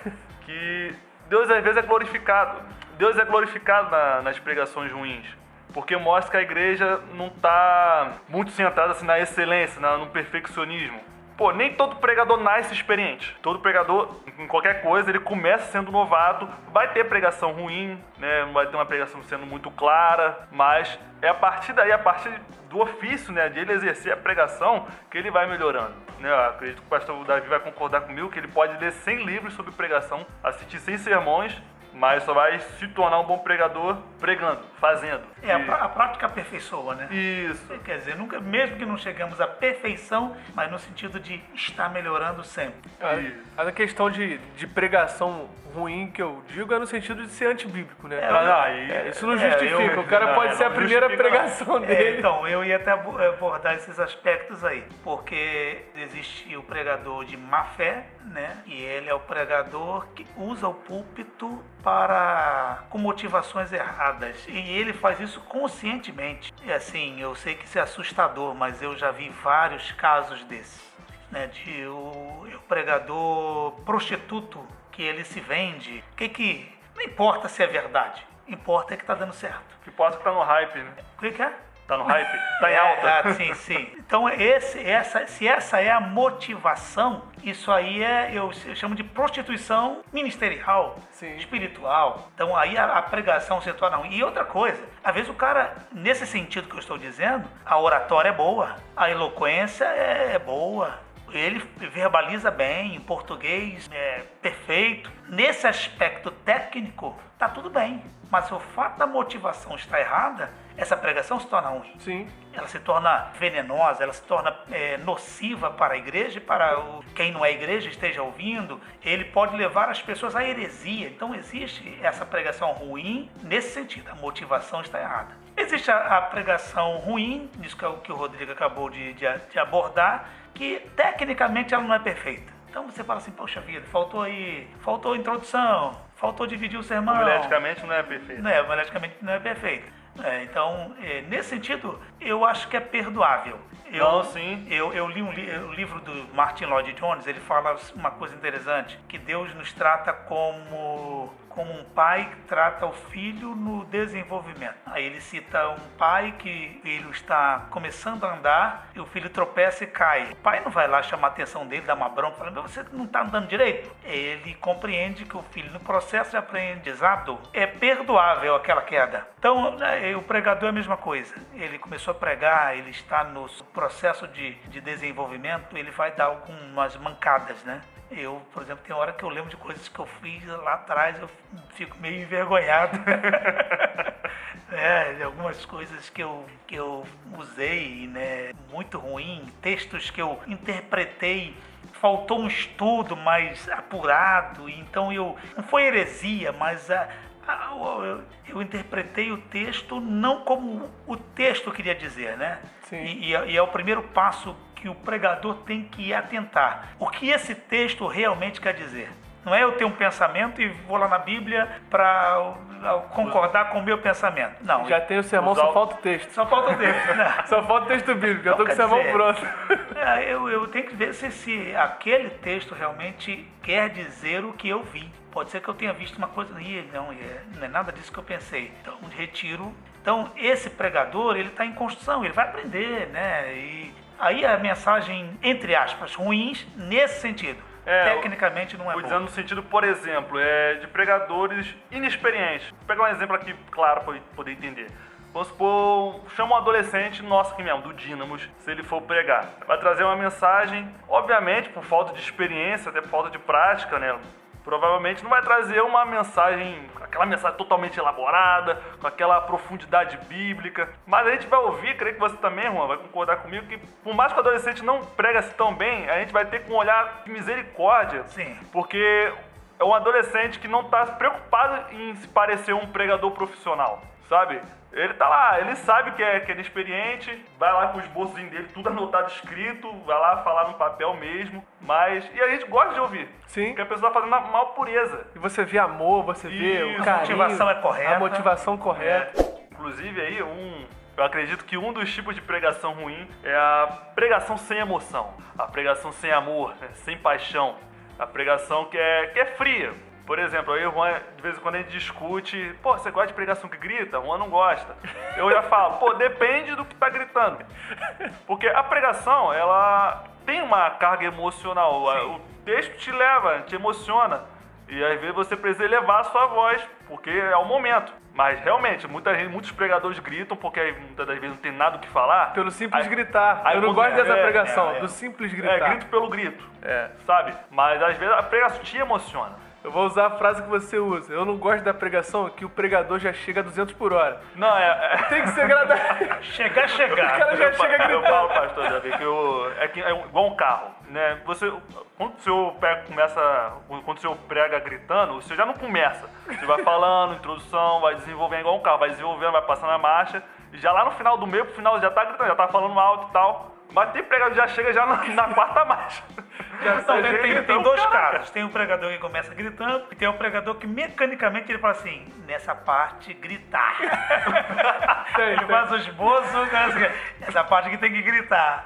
que Deus às vezes é glorificado. Deus é glorificado nas pregações ruins, porque mostra que a igreja não está muito centrada assim, na excelência, no perfeccionismo. Pô, nem todo pregador nasce experiente. Todo pregador, em qualquer coisa, ele começa sendo novato. Vai ter pregação ruim, né? Não vai ter uma pregação sendo muito clara, mas é a partir daí, a partir do ofício, né, de ele exercer a pregação, que ele vai melhorando. Né? Eu acredito que o pastor Davi vai concordar comigo que ele pode ler 100 livros sobre pregação, assistir 100 sermões, mas só vai se tornar um bom pregador pregando, fazendo. A prática aperfeiçoa, né? Isso. Quer dizer, nunca, mesmo que não chegamos à perfeição, mas no sentido de estar melhorando sempre. A questão de pregação ruim que eu digo é no sentido de ser antibíblico, né? Isso não justifica. O cara pode ser a primeira pregação dele. Então, eu ia até abordar esses aspectos aí, porque existe o pregador de má fé, né? E ele é o pregador que usa o púlpito com motivações erradas. E ele faz isso conscientemente. E assim, eu sei que isso é assustador, mas eu já vi vários casos desses, né? De o pregador prostituto, que ele se vende. Que não importa se é verdade, importa é que tá dando certo. Que importa que tá no hype, né? O que é? Tá no hype? Tá em alta? Sim. Então, se essa é a motivação, isso aí eu chamo de prostituição ministerial, sim, espiritual. Então, aí a pregação se torna ruim. E outra coisa, às vezes o cara, nesse sentido que eu estou dizendo, a oratória é boa, a eloquência é boa, ele verbaliza bem, em português perfeito. Nesse aspecto técnico, tá tudo bem. Mas se o fato da motivação está errada, essa pregação se torna ruim. Sim. Ela se torna venenosa, ela se torna nociva para a igreja e para quem não é igreja esteja ouvindo. Ele pode levar as pessoas à heresia. Então existe essa pregação ruim nesse sentido. A motivação está errada. Existe a pregação ruim, isso que é o que o Rodrigo acabou de abordar, que tecnicamente ela não é perfeita. Então você fala assim, poxa vida, faltou introdução, faltou dividir o sermão. Homileticamente não é perfeito. Homileticamente não é perfeito. Então, nesse sentido, eu acho que é perdoável. Sim. Eu li o livro do Martin Lloyd-Jones, ele fala uma coisa interessante, que Deus nos trata como um pai que trata o filho no desenvolvimento. Aí ele cita um pai que ele está começando a andar e o filho tropeça e cai. O pai não vai lá chamar a atenção dele, dar uma bronca, falando, mas você não está andando direito. Ele compreende que o filho, no processo de aprendizado, é perdoável aquela queda. Então, o pregador é a mesma coisa. Ele começou a pregar, ele está no processo de desenvolvimento, ele vai dar algumas mancadas, né? Eu, por exemplo, tem hora que eu lembro de coisas que eu fiz lá atrás, eu fico meio envergonhado. De algumas coisas que eu usei, né, muito ruim, textos que eu interpretei, faltou um estudo mais apurado, então não foi heresia, mas eu interpretei o texto não como o texto queria dizer, né? Sim. E é o primeiro passo que o pregador tem que atentar. O que esse texto realmente quer dizer? Não é eu ter um pensamento e vou lá na Bíblia para concordar com o meu pensamento. Não. Já tem o sermão, só falta o texto. Só falta o texto, né? Só falta o texto bíblico, já tô com o sermão pronto. Eu tenho que ver se aquele texto realmente quer dizer o que eu vi. Pode ser que eu tenha visto uma coisa, não é nada disso que eu pensei. Então, retiro. Então, esse pregador, ele está em construção, ele vai aprender, né? E aí a mensagem, entre aspas, ruins, nesse sentido. Tecnicamente não é bom. Dizendo no sentido, por exemplo, de pregadores inexperientes. Vou pegar um exemplo aqui, claro, para poder entender. Vamos supor, chama um adolescente nosso aqui mesmo, do Dínamos, se ele for pregar. Vai trazer uma mensagem, obviamente, por falta de experiência, até por falta de prática, né? Provavelmente não vai trazer uma mensagem, aquela mensagem totalmente elaborada, com aquela profundidade bíblica. Mas a gente vai ouvir, creio que você também, Juan, vai concordar comigo, que por mais que o adolescente não pregue-se tão bem, a gente vai ter com um olhar de misericórdia. Sim. Porque é um adolescente que não está preocupado em se parecer um pregador profissional, sabe? Ele tá lá, ele sabe que é inexperiente, vai lá com os esboços dele, tudo anotado, escrito, vai lá falar no papel mesmo, mas... E a gente gosta de ouvir. Sim. Porque a pessoa tá fazendo na maior pureza. E você vê amor, você vê o carinho. A motivação é correta. A motivação correta. Inclusive aí, eu acredito que um dos tipos de pregação ruim é a pregação sem emoção, a pregação sem amor, né? Sem paixão, a pregação que é fria. Por exemplo, aí o Juan, de vez em quando a gente discute, pô, você gosta de pregação que grita? O Juan não gosta. Eu já falo, pô, depende do que tá gritando. Porque a pregação, ela tem uma carga emocional. O texto te leva, te emociona. E às vezes você precisa elevar a sua voz, porque é o momento. Mas realmente, muitos pregadores gritam, porque muitas das vezes não tem nada o que falar. Pelo simples gritar. Eu não gosto dessa pregação, do simples gritar. Grito pelo grito, sabe? Mas às vezes a pregação te emociona. Eu vou usar a frase que você usa. Eu não gosto da pregação que o pregador já chega a 200 por hora. Não, Tem que ser agradável. Chegar. O cara já chega gritando. Eu falo, pastor Davi, que é igual um carro, né? Quando o senhor prega gritando, o senhor já não começa. Você vai falando, introdução, vai desenvolvendo igual um carro, vai desenvolvendo, vai passando a marcha. E já lá no final do meio pro final já tá gritando, já tá falando alto e tal. Mas tem pregador que já chega já na quarta marcha. Tem dois casos. Tem um pregador que começa gritando e tem um pregador que mecanicamente ele fala assim, nessa parte gritar. Ele faz o esboço, essa parte que tem que gritar.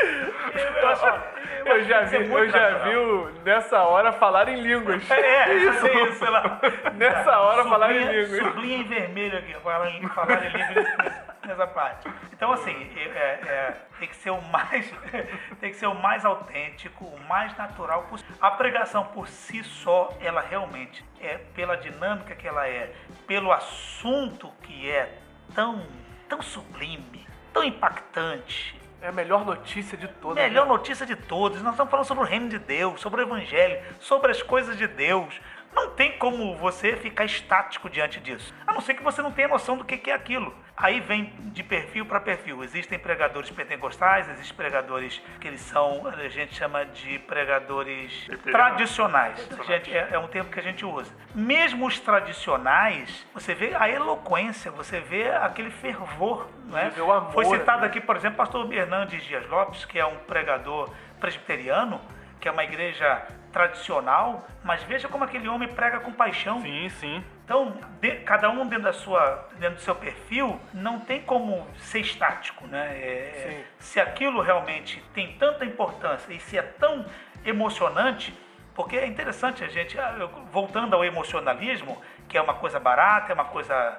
Eu já vi nessa hora falar em línguas. Isso lá. Nessa hora falar em línguas. Sublinha em vermelho aqui, falar em línguas nessa parte. Então assim, tem que ser o mais autêntico, o mais natural possível. A pregação por si só, ela realmente é pela dinâmica que ela é, pelo assunto que é tão sublime, tão impactante. É a melhor notícia de todas. Melhor notícia de todas. Nós estamos falando sobre o reino de Deus, sobre o evangelho, sobre as coisas de Deus. Não tem como você ficar estático diante disso, a não ser que você não tenha noção do que é aquilo. Aí vem de perfil para perfil. Existem pregadores pentecostais, existem pregadores que eles são, a gente chama de pregadores tradicionais. É um termo que a gente usa. Mesmo os tradicionais, você vê a eloquência, você vê aquele fervor. Não é? O amor. Foi citado aqui, por exemplo, o pastor Hernandes Dias Lopes, que é um pregador presbiteriano, que é uma igreja tradicional, mas veja como aquele homem prega com paixão. Sim. Então, cada um dentro do seu perfil, não tem como ser estático, né? Se aquilo realmente tem tanta importância e se é tão emocionante, porque é interessante a gente, voltando ao emocionalismo, que é uma coisa barata, é uma coisa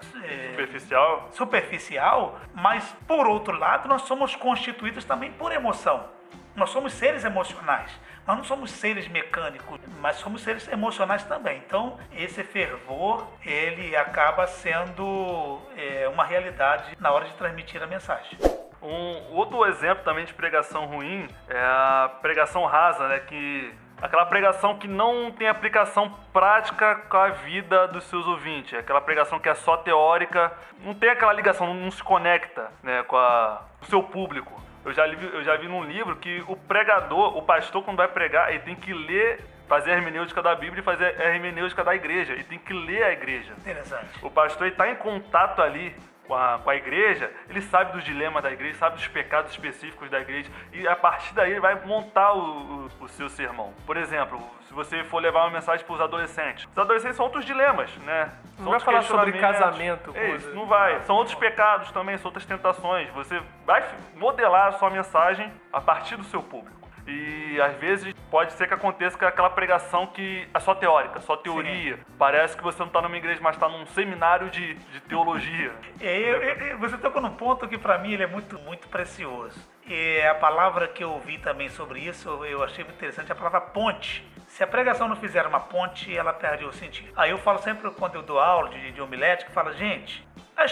superficial, mas, por outro lado, nós somos constituídos também por emoção. Nós somos seres emocionais. Nós não somos seres mecânicos, mas somos seres emocionais também. Então, esse fervor, ele acaba sendo uma realidade na hora de transmitir a mensagem. Um outro exemplo também de pregação ruim é a pregação rasa, né? Aquela pregação que não tem aplicação prática com a vida dos seus ouvintes. Aquela pregação que é só teórica, não tem aquela ligação, não se conecta, né, com o seu público. Eu já vi num livro que o pastor, quando vai pregar, ele tem que ler, fazer a hermenêutica da Bíblia e fazer a hermenêutica da igreja. Ele tem que ler a igreja. Interessante. O pastor está em contato ali com a igreja, ele sabe dos dilemas da igreja, sabe dos pecados específicos da igreja, e a partir daí ele vai montar o seu sermão. Por exemplo, se você for levar uma mensagem para os adolescentes são outros dilemas, né? São Não vai falar sobre casamento. Isso, não vai. São outros pecados também, são outras tentações. Você vai modelar a sua mensagem a partir do seu público. E às vezes pode ser que aconteça com aquela pregação que é só teórica, só teoria. Sim. Parece que você não está numa igreja, mas está num seminário de teologia. Você tocou num ponto que para mim ele é muito, muito precioso. E a palavra que eu ouvi também sobre isso, eu achei muito interessante, a palavra ponte. Se a pregação não fizer uma ponte, ela perde o sentido. Aí eu falo sempre, quando eu dou aula de homilética, eu falo, gente,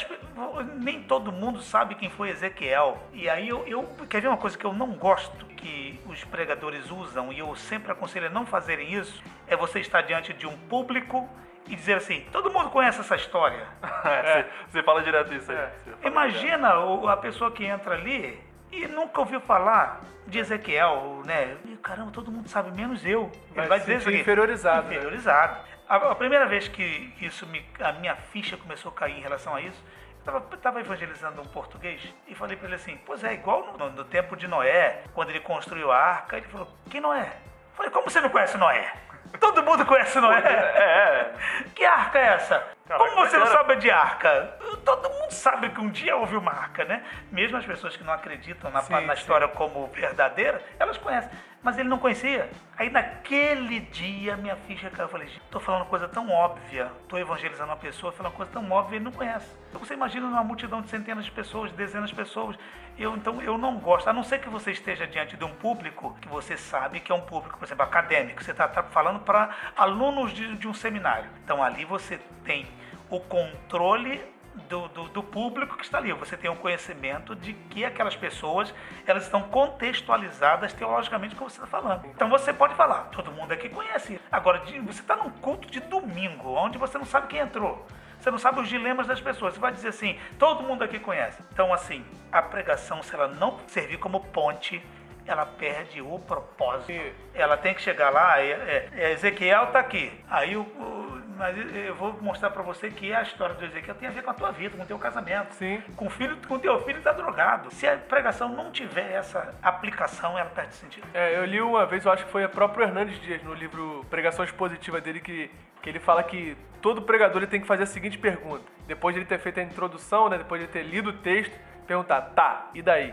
nem todo mundo sabe quem foi Ezequiel. E aí quer ver uma coisa que eu não gosto que os pregadores usam, e eu sempre aconselho a não fazerem isso, é você estar diante de um público e dizer assim, todo mundo conhece essa história. Você fala direto isso aí. Imagina a pessoa que entra ali e nunca ouviu falar de Ezequiel, né? E, caramba, todo mundo sabe, menos eu. Ele vai dizer isso aqui. Inferiorizado. Inferiorizado. A primeira vez que a minha ficha começou a cair em relação a isso, eu estava evangelizando um português e falei para ele assim, pois é, igual no tempo de Noé, quando ele construiu a arca, ele falou, quem Noé? Eu falei, como você não conhece Noé? Todo mundo conhece Noé. Que arca é essa? Caraca, como você não sabe de arca? Todo mundo sabe que um dia houve uma arca, né? Mesmo as pessoas que não acreditam na história como verdadeira, elas conhecem. Mas ele não conhecia. Aí naquele dia minha ficha caiu. Eu falei, estou falando coisa tão óbvia, estou evangelizando uma pessoa, falando uma coisa tão óbvia e ele não conhece. Então você imagina numa multidão de centenas de pessoas, dezenas de pessoas. Então eu não gosto, a não ser que você esteja diante de um público que você sabe que é um público, por exemplo, acadêmico. Você está falando para alunos de um seminário. Então ali você tem o controle do público que está ali. Você tem um conhecimento de que aquelas pessoas, elas estão contextualizadas teologicamente com o que você está falando. Então você pode falar, todo mundo aqui conhece. Agora, você está num culto de domingo, onde você não sabe quem entrou. Você não sabe os dilemas das pessoas. Você vai dizer assim, todo mundo aqui conhece. Então, assim, a pregação, se ela não servir como ponte, ela perde o propósito. Ela tem que chegar lá, Ezequiel está aqui. Aí mas eu vou mostrar para você que a história do Ezequiel tem a ver com a tua vida, com o teu casamento. Sim. Com o teu filho está drogado. Se a pregação não tiver essa aplicação, ela perde sentido. Eu li uma vez, eu acho que foi o próprio Hernandes Dias, no livro Pregação Expositiva dele, que ele fala que todo pregador ele tem que fazer a seguinte pergunta. Depois de ele ter feito a introdução, né, depois de ele ter lido o texto, perguntar, tá, e daí?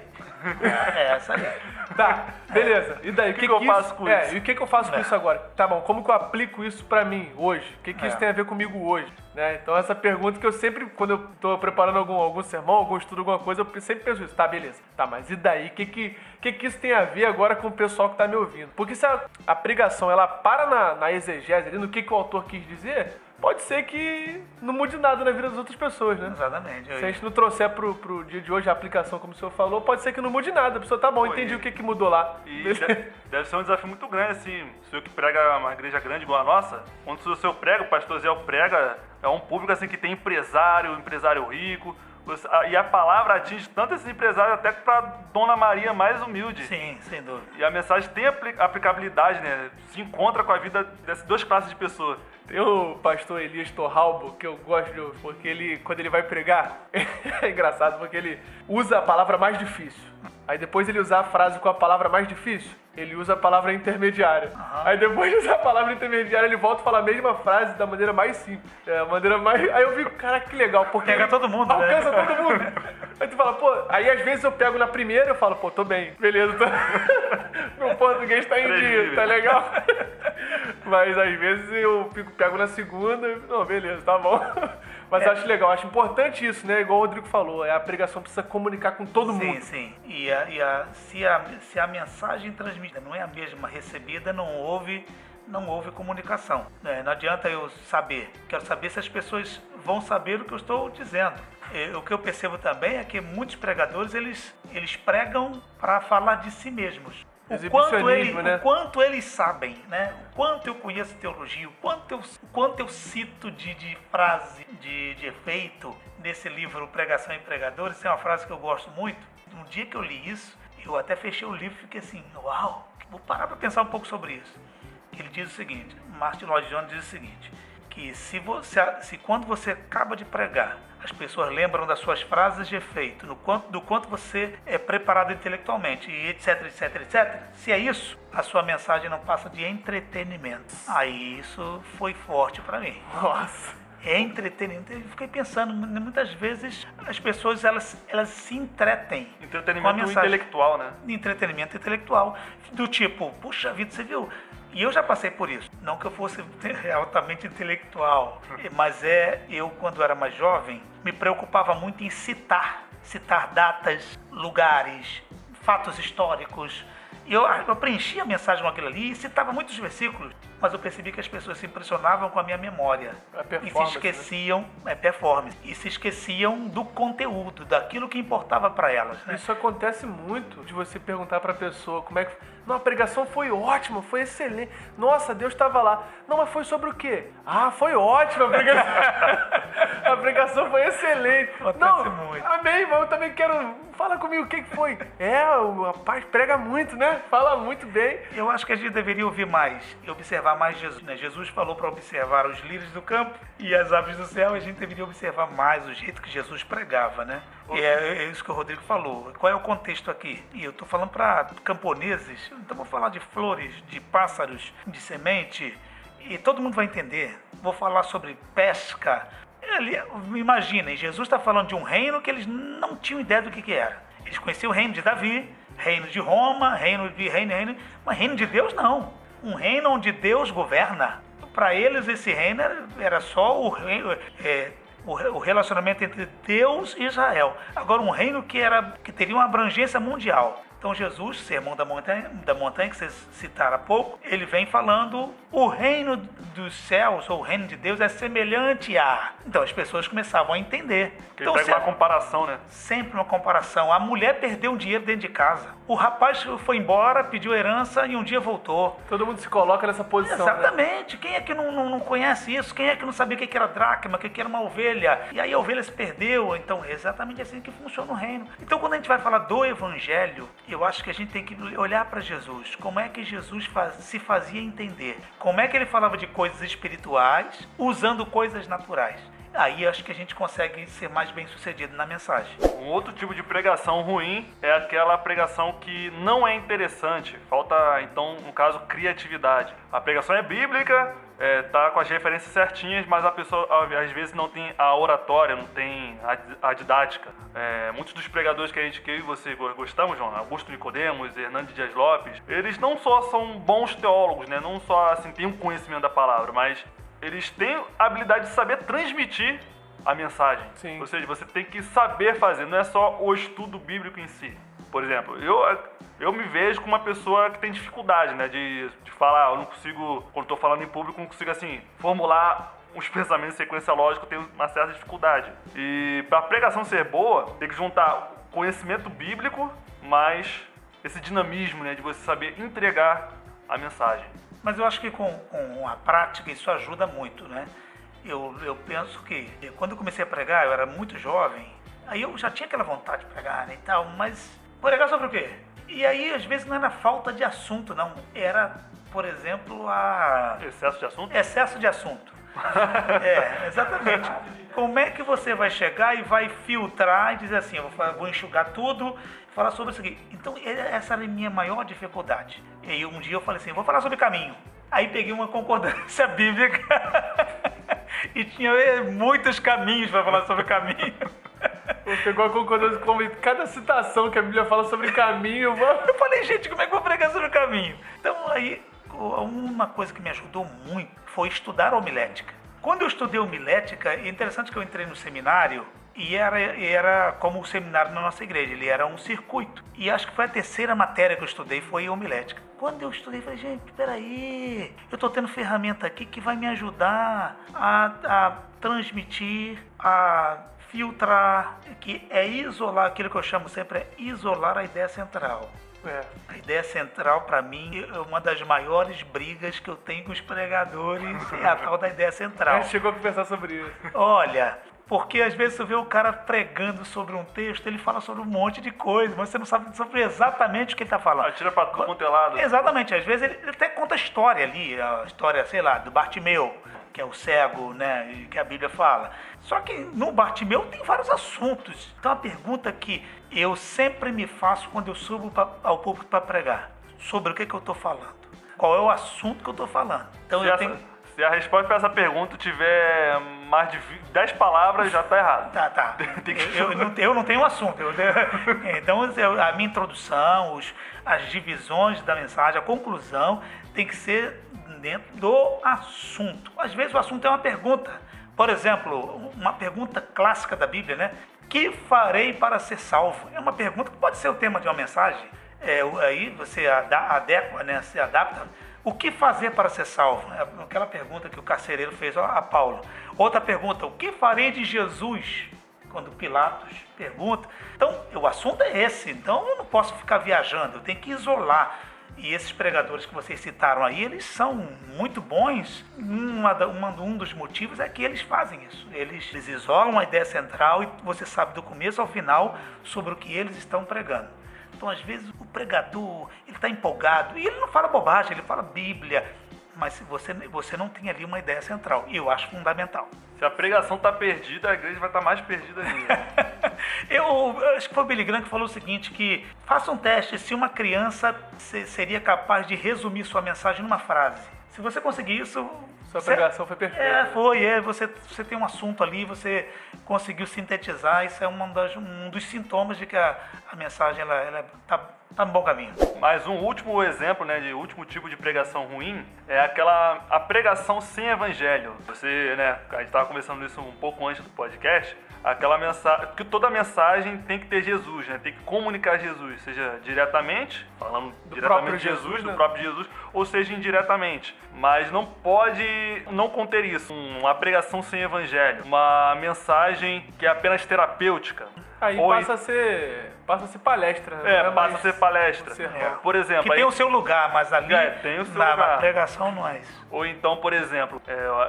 Essa aí. Tá, beleza. E daí? O que eu faço com isso? E o que eu faço com isso agora? Tá bom, como que eu aplico isso pra mim hoje? O que isso tem a ver comigo hoje? Né? Então essa pergunta que eu sempre, quando eu tô preparando algum sermão, algum estudo, alguma coisa, eu sempre penso isso. Tá, beleza. Tá, mas e daí? O que isso tem a ver agora com o pessoal que tá me ouvindo? Porque se a pregação, ela para na exegese ali, no que o autor quis dizer, pode ser que não mude nada na vida das outras pessoas, né? Exatamente. Se a gente não trouxer pro dia de hoje a aplicação, como o senhor falou, pode ser que não mude nada. A pessoa, tá bom, entendi o que mudou lá. E deve ser um desafio muito grande, assim, o senhor que prega uma igreja grande igual a nossa, quando o senhor prega, o pastor Zé prega, é um público assim que tem empresário rico, e a palavra atinge tanto esses empresários até para Dona Maria mais humilde. Sim, sem dúvida. E a mensagem tem aplicabilidade, né? Se encontra com a vida dessas duas classes de pessoas. Tem o pastor Elias Torralbo, que eu gosto de ouvir, porque ele, quando ele vai pregar, é engraçado, porque ele usa a palavra mais difícil. Aí depois ele usa a frase com a palavra mais difícil, ele usa a palavra intermediária. Aí depois de usar a palavra intermediária, ele volta a falar a mesma frase da maneira mais simples. A maneira mais... Aí eu fico, caraca, que legal, porque... Pega todo mundo, alcança todo mundo. Aí tu fala, pô... Aí às vezes eu pego na primeira e eu falo, pô, tô bem, beleza, meu português tá em dia, tá legal? Mas às vezes eu pego na segunda e... Não, beleza, tá bom. Mas acho legal, acho importante isso, né? Igual o Rodrigo falou, a pregação precisa comunicar com todo mundo. Sim. E se a mensagem transmitida não é a mesma recebida, não houve comunicação. Não adianta eu saber. Quero saber se as pessoas vão saber o que eu estou dizendo. O que eu percebo também é que muitos pregadores, eles pregam para falar de si mesmos. O quanto eles sabem, né? O quanto eu conheço teologia, o quanto eu cito de frase, de efeito nesse livro Pregação e Pregadores. Isso é uma frase que eu gosto muito. No dia que eu li isso, eu até fechei o livro e fiquei assim, uau, vou parar para pensar um pouco sobre isso. Ele diz o seguinte, Martin Lloyd Jones diz o seguinte, que se quando você acaba de pregar, as pessoas lembram das suas frases de efeito, do quanto você é preparado intelectualmente, e etc, etc, etc. Se é isso, a sua mensagem não passa de entretenimento. Aí isso foi forte para mim. Nossa. É entretenimento. Eu fiquei pensando, muitas vezes as pessoas elas se entretem. Entretenimento intelectual, né? Entretenimento intelectual. Do tipo, puxa vida, você viu? E eu já passei por isso. Não que eu fosse altamente intelectual, mas eu, quando era mais jovem, me preocupava muito em citar datas, lugares, fatos históricos. E eu preenchia a mensagem com aquilo ali e citava muitos versículos, mas eu percebi que as pessoas se impressionavam com a minha memória. E se esqueciam, performance, e se esqueciam do conteúdo, daquilo que importava para elas. Né? Isso acontece muito, de você perguntar para a pessoa como é que... Não, a pregação foi ótima, foi excelente. Nossa, Deus estava lá. Não, mas foi sobre o quê? Ah, foi ótima a pregação. A pregação foi excelente. Acontece muito. Amém, mas eu também quero... Fala comigo, o que foi? O rapaz prega muito, né? Fala muito bem. Eu acho que a gente deveria ouvir mais e observar mais Jesus. Né? Jesus falou para observar os lírios do campo e as aves do céu. E a gente deveria observar mais o jeito que Jesus pregava, né? E é isso que o Rodrigo falou. Qual é o contexto aqui? E eu estou falando para camponeses. Então vou falar de flores, de pássaros, de semente. E todo mundo vai entender. Vou falar sobre pesca. Imaginem, Jesus está falando de um reino que eles não tinham ideia do que era. Eles conheciam o reino de Davi, reino de Roma, reino, mas reino de Deus não. Um reino onde Deus governa. Para eles esse reino era só o relacionamento entre Deus e Israel. Agora um reino que teria uma abrangência mundial. Então Jesus, Sermão da Montanha, que vocês citaram há pouco, ele vem falando o reino dos céus, ou o reino de Deus, é semelhante a... Então as pessoas começavam a entender. Porque então, ele pega uma comparação, né? Sempre uma comparação. A mulher perdeu um dinheiro dentro de casa. O rapaz foi embora, pediu herança e um dia voltou. Todo mundo se coloca nessa posição. Exatamente. Né? Quem é que não conhece isso? Quem é que não sabia o que era dracma, o que era uma ovelha? E aí a ovelha se perdeu. Então é exatamente assim que funciona o reino. Então quando a gente vai falar do evangelho, eu acho que a gente tem que olhar para Jesus. Como é que Jesus se fazia entender? Como é que ele falava de coisas espirituais usando coisas naturais? Aí acho que a gente consegue ser mais bem sucedido na mensagem. Um outro tipo de pregação ruim é aquela pregação que não é interessante. Falta, então, no caso, criatividade. A pregação é bíblica, tá com as referências certinhas, mas a pessoa às vezes não tem a oratória, não tem a didática. Muitos dos pregadores que eu e você gostamos, João, Augusto Nicodemos, Hernandes Dias Lopes, eles não só são bons teólogos, né? Não só assim, têm um conhecimento da palavra, mas eles têm a habilidade de saber transmitir a mensagem. Sim. Ou seja, você tem que saber fazer, não é só o estudo bíblico em si. Por exemplo, eu me vejo como uma pessoa que tem dificuldade, né, de falar. Eu não consigo, quando estou falando em público, não consigo assim formular uns pensamentos em sequência lógica, eu tenho uma certa dificuldade. E para a pregação ser boa, tem que juntar conhecimento bíblico, mais esse dinamismo, né, de você saber entregar a mensagem. Mas eu acho que com a prática isso ajuda muito, né? Eu penso que quando eu comecei a pregar, eu era muito jovem, aí eu já tinha aquela vontade de pregar, né, e tal, mas pregar sobre o quê? E aí, às vezes, não era falta de assunto, não. Era, por exemplo, Excesso de assunto? Excesso de assunto. Exatamente. Como é que você vai chegar e vai filtrar e dizer assim, eu vou enxugar tudo, falar sobre isso aqui. Então, essa era a minha maior dificuldade. E aí, um dia eu falei assim, vou falar sobre caminho. Aí peguei uma concordância bíblica e tinha muitos caminhos para falar sobre caminho. Pegou a concordância com cada citação que a Bíblia fala sobre caminho. Eu falei, gente, como é que eu vou pregar sobre caminho? Então, aí, uma coisa que me ajudou muito foi estudar homilética. Quando eu estudei homilética, é interessante que eu entrei no seminário e era como o seminário na nossa igreja, ele era um circuito. E acho que foi a terceira matéria que eu estudei, foi homilética. Quando eu estudei, eu falei, gente, peraí, eu estou tendo ferramenta aqui que vai me ajudar a transmitir, a filtrar, que é isolar, aquilo que eu chamo sempre é isolar a ideia central. A ideia central, para mim, é uma das maiores brigas que eu tenho com os pregadores, é a tal da ideia central. A gente chegou a conversar sobre isso. Olha, porque às vezes você vê o cara pregando sobre um texto, ele fala sobre um monte de coisa, mas você não sabe sobre exatamente o que ele está falando. Tira para tudo quanto é lado. Exatamente, às vezes ele até conta a história ali, a história, sei lá, do Bartimeu. que é o cego, né, que a Bíblia fala. Só que no Bartimeu tem vários assuntos. Então a pergunta que eu sempre me faço quando eu subo ao púlpito para pregar, sobre o que eu estou falando? Qual é o assunto que eu estou falando? Então se a resposta para essa pergunta tiver mais de 10 palavras, já está errado. Tá. Eu não tenho assunto. Então, a minha introdução, as divisões da mensagem, a conclusão tem que ser dentro do assunto. Às vezes o assunto é uma pergunta. Por exemplo, uma pergunta clássica da Bíblia, né? Que farei para ser salvo? É uma pergunta que pode ser o tema de uma mensagem. Aí você adequa, né? Se adapta. O que fazer para ser salvo? É aquela pergunta que o carcereiro fez a Paulo. Outra pergunta, o que farei de Jesus? Quando Pilatos pergunta. Então, o assunto é esse. Então, eu não posso ficar viajando. Eu tenho que isolar. E esses pregadores que vocês citaram aí, eles são muito bons. Um dos motivos é que eles fazem isso. Eles isolam a ideia central e você sabe do começo ao final sobre o que eles estão pregando. Então, às vezes, o pregador, ele está empolgado e ele não fala bobagem, ele fala Bíblia, mas você não tem ali uma ideia central. E eu acho fundamental. Se a pregação está perdida, a igreja vai estar mais perdida ainda. Eu acho que foi o Billy Graham que falou o seguinte, que faça um teste se uma criança seria capaz de resumir sua mensagem numa frase. Se você conseguir isso... Sua pregação foi perfeita. Você tem um assunto ali, você conseguiu sintetizar, isso é um dos sintomas de que a mensagem ela tá no bom caminho. Mas um último exemplo, né, de último tipo de pregação ruim é a pregação sem evangelho. Você, né, a gente estava conversando isso um pouco antes do podcast, aquela mensagem, que toda mensagem tem que ter Jesus, né, tem que comunicar Jesus, seja diretamente, falando diretamente de Jesus, do próprio Jesus, ou seja indiretamente. Mas não pode não conter isso, uma pregação sem evangelho, uma mensagem que é apenas terapêutica. Aí passa a ser palestra. Passa a ser palestra. Por exemplo... Que tem o seu lugar, mas ali tem o seu lugar. Na pregação não é isso. Ou então, por exemplo,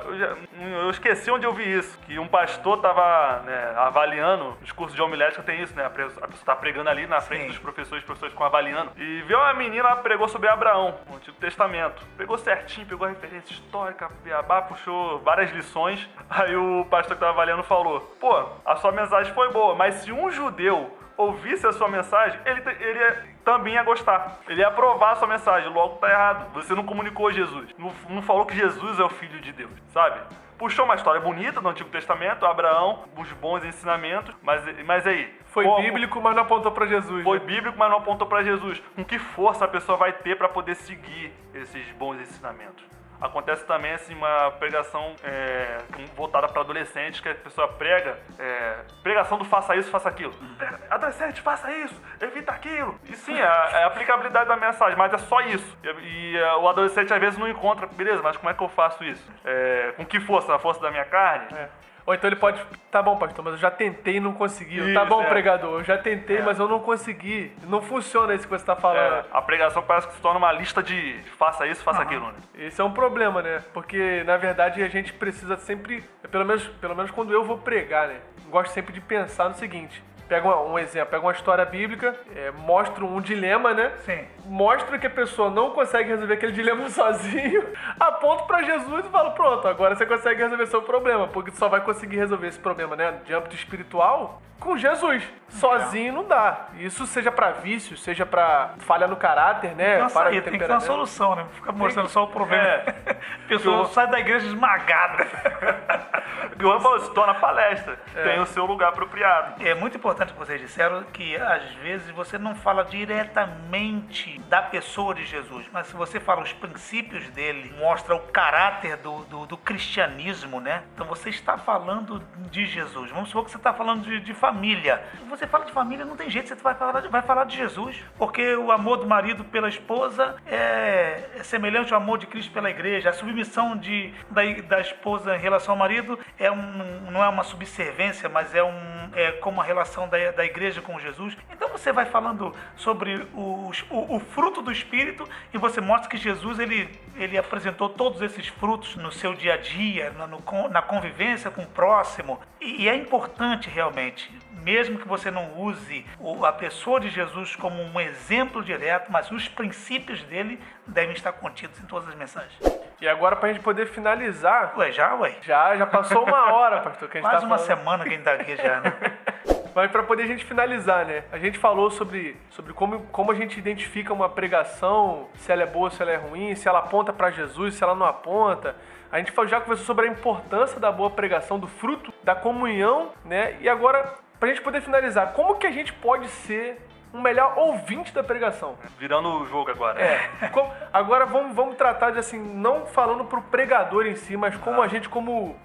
eu esqueci onde eu vi isso, que um pastor estava avaliando, os cursos de homilética tem isso, né? A pessoa está pregando ali na frente dos professores ficam avaliando. E viu uma menina, ela pregou sobre Abraão, no Antigo Testamento. Pegou certinho, pegou a referência histórica, puxou várias lições. Aí o pastor que estava avaliando falou, pô, a sua mensagem foi boa, mas se um judeu ouvisse a sua mensagem, ele também ia gostar. Ele ia aprovar a sua mensagem, logo tá errado. Você não comunicou Jesus. Não falou que Jesus é o Filho de Deus, sabe? Puxou uma história bonita do Antigo Testamento, Abraão, os bons ensinamentos, mas aí... Foi bíblico, mas não apontou para Jesus. Foi bíblico, mas não apontou para Jesus. Com que força a pessoa vai ter para poder seguir esses bons ensinamentos? Acontece também assim, uma pregação voltada para adolescentes, que a pessoa prega, pregação do faça isso, faça aquilo. Adolescente, faça isso, evita aquilo. E sim, é a aplicabilidade da mensagem, mas é só isso. E o adolescente às vezes não encontra, beleza, mas como é que eu faço isso? Com que força? A força da minha carne? Ou então ele pode... Tá bom, pastor, mas eu já tentei e não consegui. Isso, tá bom, pregador, eu já tentei, mas eu não consegui. Não funciona isso que você tá falando. A pregação parece que se torna uma lista de faça isso, faça aquilo, né? Esse é um problema, né? Porque, na verdade, a gente precisa sempre... Pelo menos quando eu vou pregar, né? Gosto sempre de pensar no seguinte... Pega um exemplo, pega uma história bíblica, mostra um dilema, né? Sim. Mostra que a pessoa não consegue resolver aquele dilema sozinho, aponta pra Jesus e fala, pronto, agora você consegue resolver seu problema, porque tu só vai conseguir resolver esse problema, né, de âmbito espiritual, com Jesus. Sozinho não dá. Isso seja pra vício, seja pra falha no caráter, né? Tem que ter uma solução, né? Ficar mostrando só o problema. A pessoa sai da igreja esmagada. O João falou, se torna palestra. Tem o seu lugar apropriado. É muito importante que vocês disseram que, às vezes, você não fala diretamente da pessoa de Jesus, mas se você fala os princípios dele, mostra o caráter do cristianismo, né? Então, você está falando de Jesus. Vamos supor que você está falando de família. Se você fala de família, não tem jeito, você vai falar de Jesus. Porque o amor do marido pela esposa é semelhante ao amor de Cristo pela igreja. A submissão da esposa em relação ao marido não é uma subservência, mas é como a relação da igreja com Jesus. Então você vai falando sobre o fruto do Espírito e você mostra que Jesus ele apresentou todos esses frutos no seu dia a dia, na convivência com o próximo. E é importante realmente, mesmo que você não use a pessoa de Jesus como um exemplo direto, mas os princípios dele devem estar contidos em todas as mensagens. E agora, pra gente poder finalizar... Ué, já? Já passou uma hora, pastor, que a gente quase tá uma falando. semana que a gente tá aqui já, né? Mas para poder a gente finalizar, né? A gente falou sobre como a gente identifica uma pregação, se ela é boa, se ela é ruim, se ela aponta para Jesus, se ela não aponta. A gente já conversou sobre a importância da boa pregação, do fruto, da comunhão, né? E agora, pra gente poder finalizar, como que a gente pode ser um melhor ouvinte da pregação? Virando o jogo agora. Agora vamos tratar de, assim, não falando pro pregador em si, mas como a gente como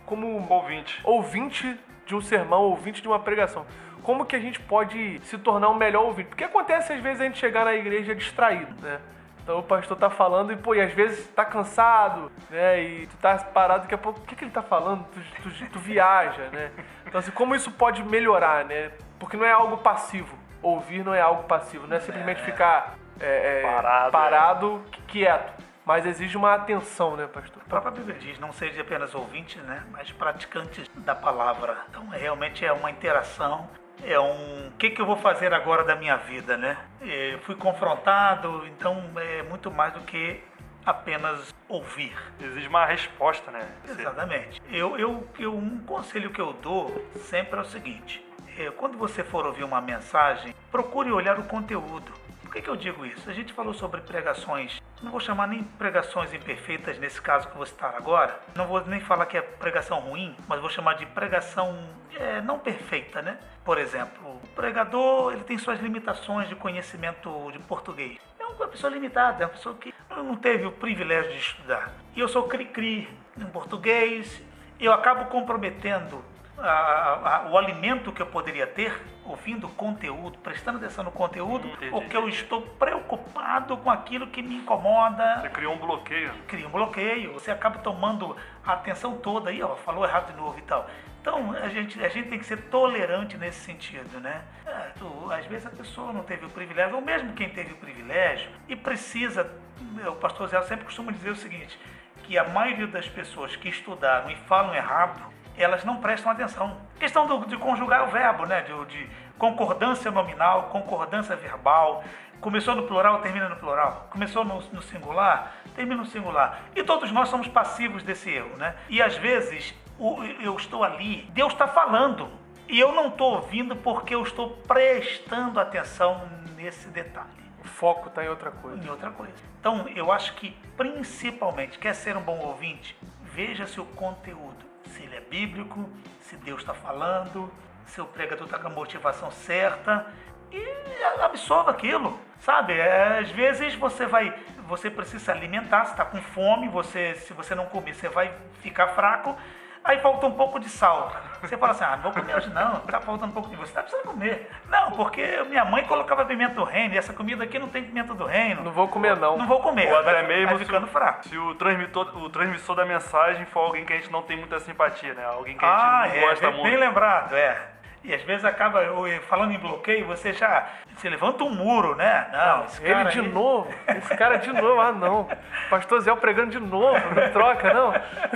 ouvinte de um sermão, ouvinte de uma pregação. Como que a gente pode se tornar um melhor ouvinte? Porque acontece às vezes a gente chegar na igreja distraído, né? Então o pastor tá falando e às vezes tá cansado, né? E tu tá parado, daqui a pouco, o que ele tá falando? Tu viaja, né? Então assim, como isso pode melhorar, né? Porque não é algo passivo. Ouvir não é algo passivo, não é simplesmente ficar parado, quieto. Mas exige uma atenção, né, pastor? A própria Bíblia diz, não seja apenas ouvintes, né, mas praticantes da palavra. Então, realmente é uma interação, o que eu vou fazer agora da minha vida, né? Fui confrontado, então é muito mais do que apenas ouvir. Exige uma resposta, né? Exatamente. Um conselho que eu dou sempre é o seguinte, quando você for ouvir uma mensagem, procure olhar o conteúdo. Por que eu digo isso? A gente falou sobre pregações, não vou chamar nem pregações imperfeitas nesse caso que eu vou citar agora, não vou nem falar que é pregação ruim, mas vou chamar de pregação não perfeita, né? Por exemplo, o pregador ele tem suas limitações de conhecimento de português. É uma pessoa limitada, é uma pessoa que não teve o privilégio de estudar. E eu sou cri-cri em português, eu acabo comprometendo o alimento que eu poderia ter, ouvindo conteúdo, prestando atenção no conteúdo, porque eu estou preocupado com aquilo que me incomoda. Você criou um bloqueio. Cria um bloqueio, você acaba tomando a atenção toda aí, falou errado de novo e tal. Então, a gente tem que ser tolerante nesse sentido, né? Às vezes a pessoa não teve o privilégio, ou mesmo quem teve o privilégio, e precisa, o pastor Zé sempre costuma dizer o seguinte, que a maioria das pessoas que estudaram e falam errado, elas não prestam atenção. Questão de conjugar o verbo, né? De concordância nominal, concordância verbal. Começou no plural, termina no plural. Começou no singular, termina no singular. E todos nós somos passivos desse erro, né? E às vezes eu estou ali, Deus está falando. E eu não estou ouvindo porque eu estou prestando atenção nesse detalhe. O foco está em outra coisa. Em outra coisa. Então, eu acho que, principalmente, quer ser um bom ouvinte, veja-se o conteúdo. Se ele é bíblico, se Deus está falando, se o pregador está com a motivação certa e absorva aquilo, sabe? Às vezes você precisa se alimentar, você está com fome, se você não comer, você vai ficar fraco, aí falta um pouco de sal. Você fala assim, não vou comer hoje não, está faltando um pouco de você, está precisando comer. Não, porque minha mãe colocava pimenta do reino e essa comida aqui não tem pimenta do reino. Não vou comer não. Não vou comer. Ou até mesmo vai ficando fraco. Se o transmissor da mensagem for alguém que a gente não tem muita simpatia, né? Alguém que a gente não gosta muito. Bem lembrado, E às vezes acaba, falando em bloqueio, você levanta um muro, né? Não, esse cara de novo, esse cara de novo, não. Pastor Zé pregando de novo, não troca, não.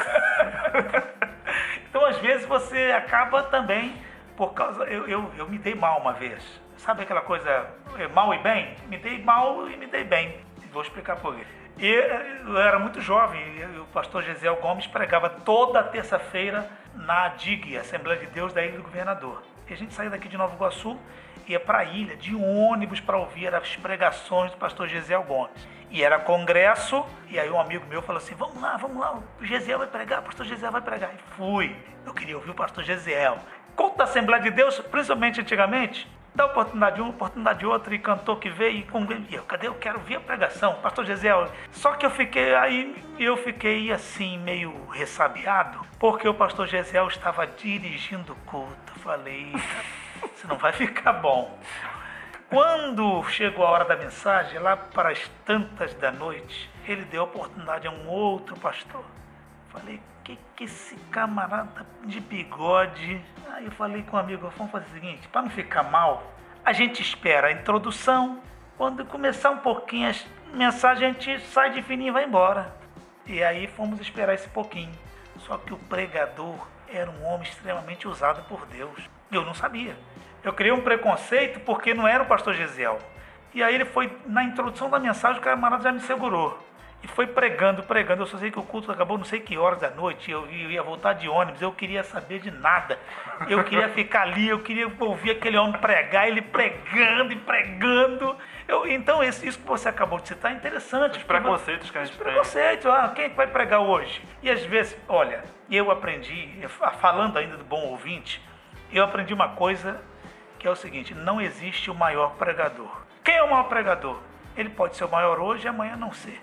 Então, às vezes, você acaba também, por causa... Eu me dei mal uma vez. Sabe aquela coisa, mal e bem? Me dei mal e me dei bem. Vou explicar por quê. Eu era muito jovem, e o pastor Gesiel Gomes pregava toda terça-feira na ADIG, Assembleia de Deus da Ilha do Governador. E a gente saía daqui de Nova Iguaçu, ia para a ilha, de ônibus para ouvir as pregações do pastor Gesiel Gomes. E era congresso, e aí um amigo meu falou assim, vamos lá, o Gesiel vai pregar, o pastor Gesiel vai pregar. E fui, eu queria ouvir o pastor Gesiel. Culto da Assembleia de Deus, principalmente antigamente, dá oportunidade de um, oportunidade de outro, e cantor que veio, e cadê? Eu quero ver a pregação, pastor Gesiel. Só que eu fiquei assim, meio ressabiado, porque o pastor Gesiel estava dirigindo o culto. Falei, isso não vai ficar bom. Quando chegou a hora da mensagem, lá para as tantas da noite, ele deu a oportunidade a um outro pastor. Falei, que esse camarada de bigode... Aí eu falei com um amigo, vamos fazer o seguinte, para não ficar mal, A gente espera a introdução, quando começar um pouquinho as mensagens, a gente sai de fininho e vai embora. E aí fomos esperar esse pouquinho. Só que o pregador era um homem extremamente usado por Deus. Eu não sabia. Eu criei um preconceito porque não era o pastor Gesiel. E aí ele foi, na introdução da mensagem, o camarada já me segurou. E foi pregando. Eu só sei que o culto acabou não sei que horas da noite, eu ia voltar de ônibus, eu queria saber de nada. Eu queria ficar ali, eu queria ouvir aquele homem pregar, ele pregando e pregando. Então isso que você acabou de citar é interessante. Os preconceitos que a gente tem. Preconceitos, quem vai pregar hoje? E às vezes, olha, eu aprendi, falando ainda do bom ouvinte, eu aprendi uma coisa que é o seguinte: não existe o maior pregador. Quem é o maior pregador? Ele pode ser o maior hoje e amanhã não ser.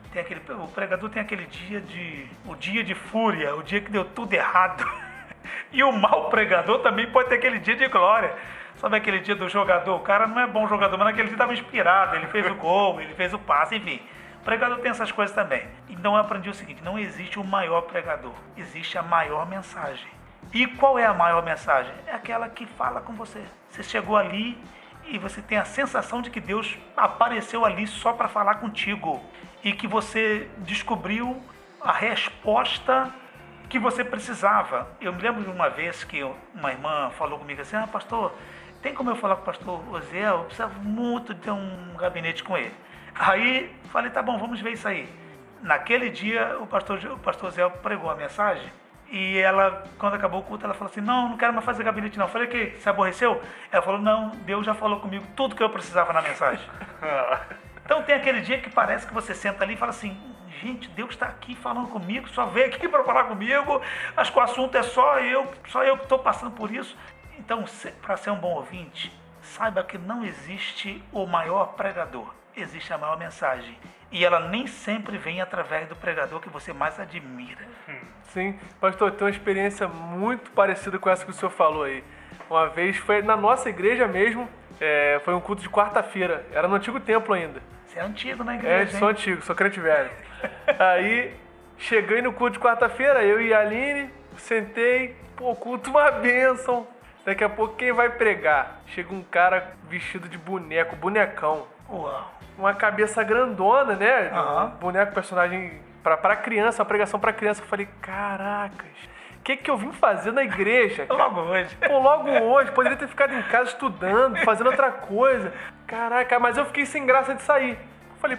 O pregador tem aquele o dia de fúria, o dia que deu tudo errado. E o mau pregador também pode ter aquele dia de glória. Sabe aquele dia do jogador? O cara não é bom jogador, mas naquele dia estava inspirado, ele fez o gol, ele fez o passe, enfim. O pregador tem essas coisas também. Então eu aprendi o seguinte: não existe o maior pregador, existe a maior mensagem. E qual é a maior mensagem? É aquela que fala com você. Você chegou ali e você tem a sensação de que Deus apareceu ali só para falar contigo. E que você descobriu a resposta que você precisava. Eu me lembro de uma vez que uma irmã falou comigo assim: pastor, tem como eu falar com o pastor Osiel? Eu precisava muito de ter um gabinete com ele. Aí falei: tá bom, vamos ver isso aí. Naquele dia o pastor Osiel pregou a mensagem. E ela, quando acabou o culto, ela falou assim: não quero mais fazer gabinete não. Eu falei: que se aborreceu? Ela falou: não, Deus já falou comigo tudo que eu precisava na mensagem. Então tem aquele dia que parece que você senta ali e fala assim: gente, Deus está aqui falando comigo, só veio aqui para falar comigo, acho que o assunto é só eu que estou passando por isso. Então, para ser um bom ouvinte, saiba que não existe o maior pregador, existe a maior mensagem. E ela nem sempre vem através do pregador que você mais admira. Sim, pastor, tem uma experiência muito parecida com essa que o senhor falou aí. Uma vez foi na nossa igreja mesmo, foi um culto de quarta-feira, era no antigo templo ainda. Você é antigo na igreja, sou antigo, sou crente velho. Aí, cheguei no culto de quarta-feira, eu e a Aline, sentei, culto uma bênção. Daqui a pouco quem vai pregar? Chega um cara vestido de bonecão. Uau. Uma cabeça grandona, né? Uhum. Boneco, personagem pra criança, uma pregação pra criança. Eu falei: caracas, o que eu vim fazer na igreja? Logo hoje. Logo hoje, poderia ter ficado em casa estudando, fazendo outra coisa. Caraca, mas eu fiquei sem graça de sair. Eu falei: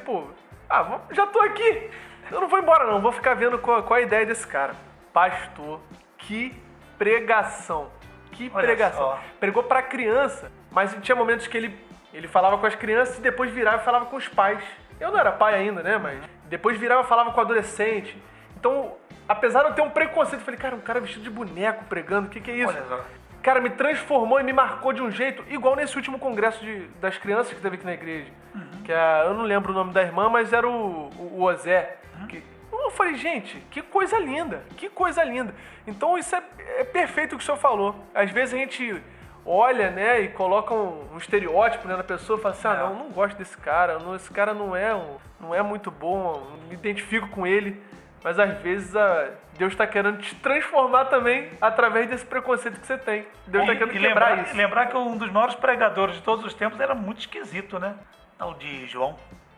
já tô aqui, eu não vou embora não, vou ficar vendo qual a ideia desse cara. Pastor, que pregação, Olha pregação. Só. Pregou pra criança, mas tinha momentos que ele falava com as crianças e depois virava e falava com os pais. Eu não era pai ainda, né, mas depois virava e falava com o adolescente. Então, apesar de eu ter um preconceito, eu falei: cara, um cara vestido de boneco pregando, o que é isso? Olha só. Cara, me transformou e me marcou de um jeito, igual nesse último congresso das crianças que teve aqui na igreja. Que eu não lembro o nome da irmã, mas era o Ozé. Eu falei: gente, que coisa linda, que coisa linda. Então isso é perfeito o que o senhor falou. Às vezes a gente olha, né, e coloca um estereótipo, né, na pessoa e fala assim: não gosto desse cara, esse cara não é muito bom, não me identifico com ele. Mas às vezes Deus está querendo te transformar também através desse preconceito que você tem. Deus está querendo quebrar isso. Lembrar que um dos maiores pregadores de todos os tempos era muito esquisito, né? Tal de João.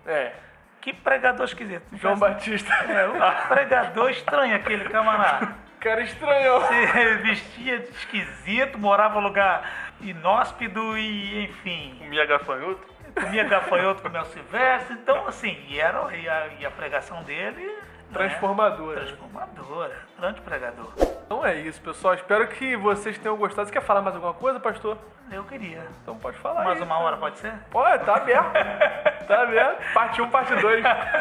Que pregador esquisito. João Batista. Um pregador estranho, aquele camarada. Cara estranhão. Se vestia de esquisito, morava em lugar inóspito e, enfim... Comia gafanhoto? Comia gafanhoto com o Mel Silvestre. Então, assim, e a pregação dele... Transformadora. Transformadora. Grande pregador. Então é isso, pessoal. Espero que vocês tenham gostado. Você quer falar mais alguma coisa, pastor? Eu queria. Então pode falar. Mais aí. uma hora, pode ser? Pode, tá aberto. Tá aberto. Parte 1, parte 2.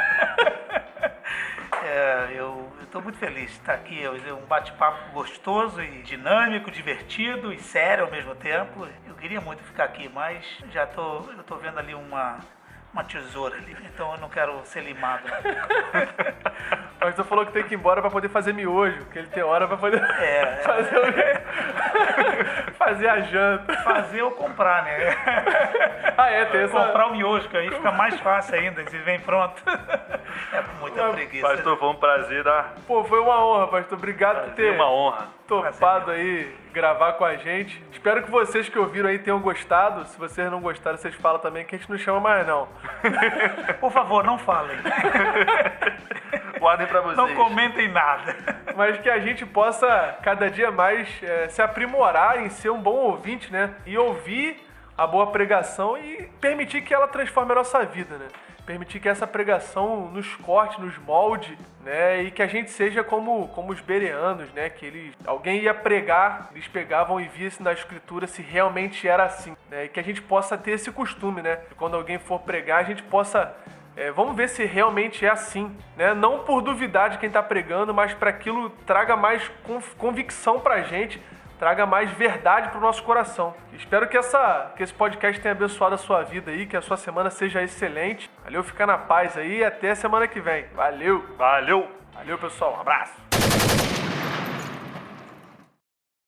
Eu estou muito feliz de estar aqui. Um bate-papo gostoso e dinâmico, divertido e sério ao mesmo tempo. Eu queria muito ficar aqui, mas eu tô vendo ali uma tesoura ali, então eu não quero ser limado. O pastor falou que tem que ir embora para poder fazer miojo, que ele tem hora para poder fazer a janta. Fazer ou comprar, né? Tem essa... Comprar o miojo, que aí fica mais fácil ainda, se vem pronto. É muita preguiça. Pastor, foi um prazer. Pô, foi uma honra, pastor. Obrigado por ter Uma honra. topado aí gravar com a gente. Espero que vocês que ouviram aí tenham gostado. Se vocês não gostaram, vocês falam também que a gente não chama mais, não. Por favor, não falem. Guardem pra vocês. Não comentem nada. Mas que a gente possa cada dia mais se aprimorar em ser um bom ouvinte, né? E ouvir a boa pregação e permitir que ela transforme a nossa vida, né? Permitir que essa pregação nos corte, nos molde, né? E que a gente seja como os bereanos, né? Que alguém ia pregar, eles pegavam e viam na escritura se realmente era assim, né? E que a gente possa ter esse costume, né? Que quando alguém for pregar, a gente possa... vamos ver se realmente é assim, né? Não por duvidar de quem está pregando, mas para aquilo traga mais convicção para a gente, traga mais verdade para o nosso coração. Espero que esse podcast tenha abençoado a sua vida aí, que a sua semana seja excelente. Valeu, fica na paz aí e até semana que vem. Valeu! Valeu! Valeu, pessoal. Um abraço!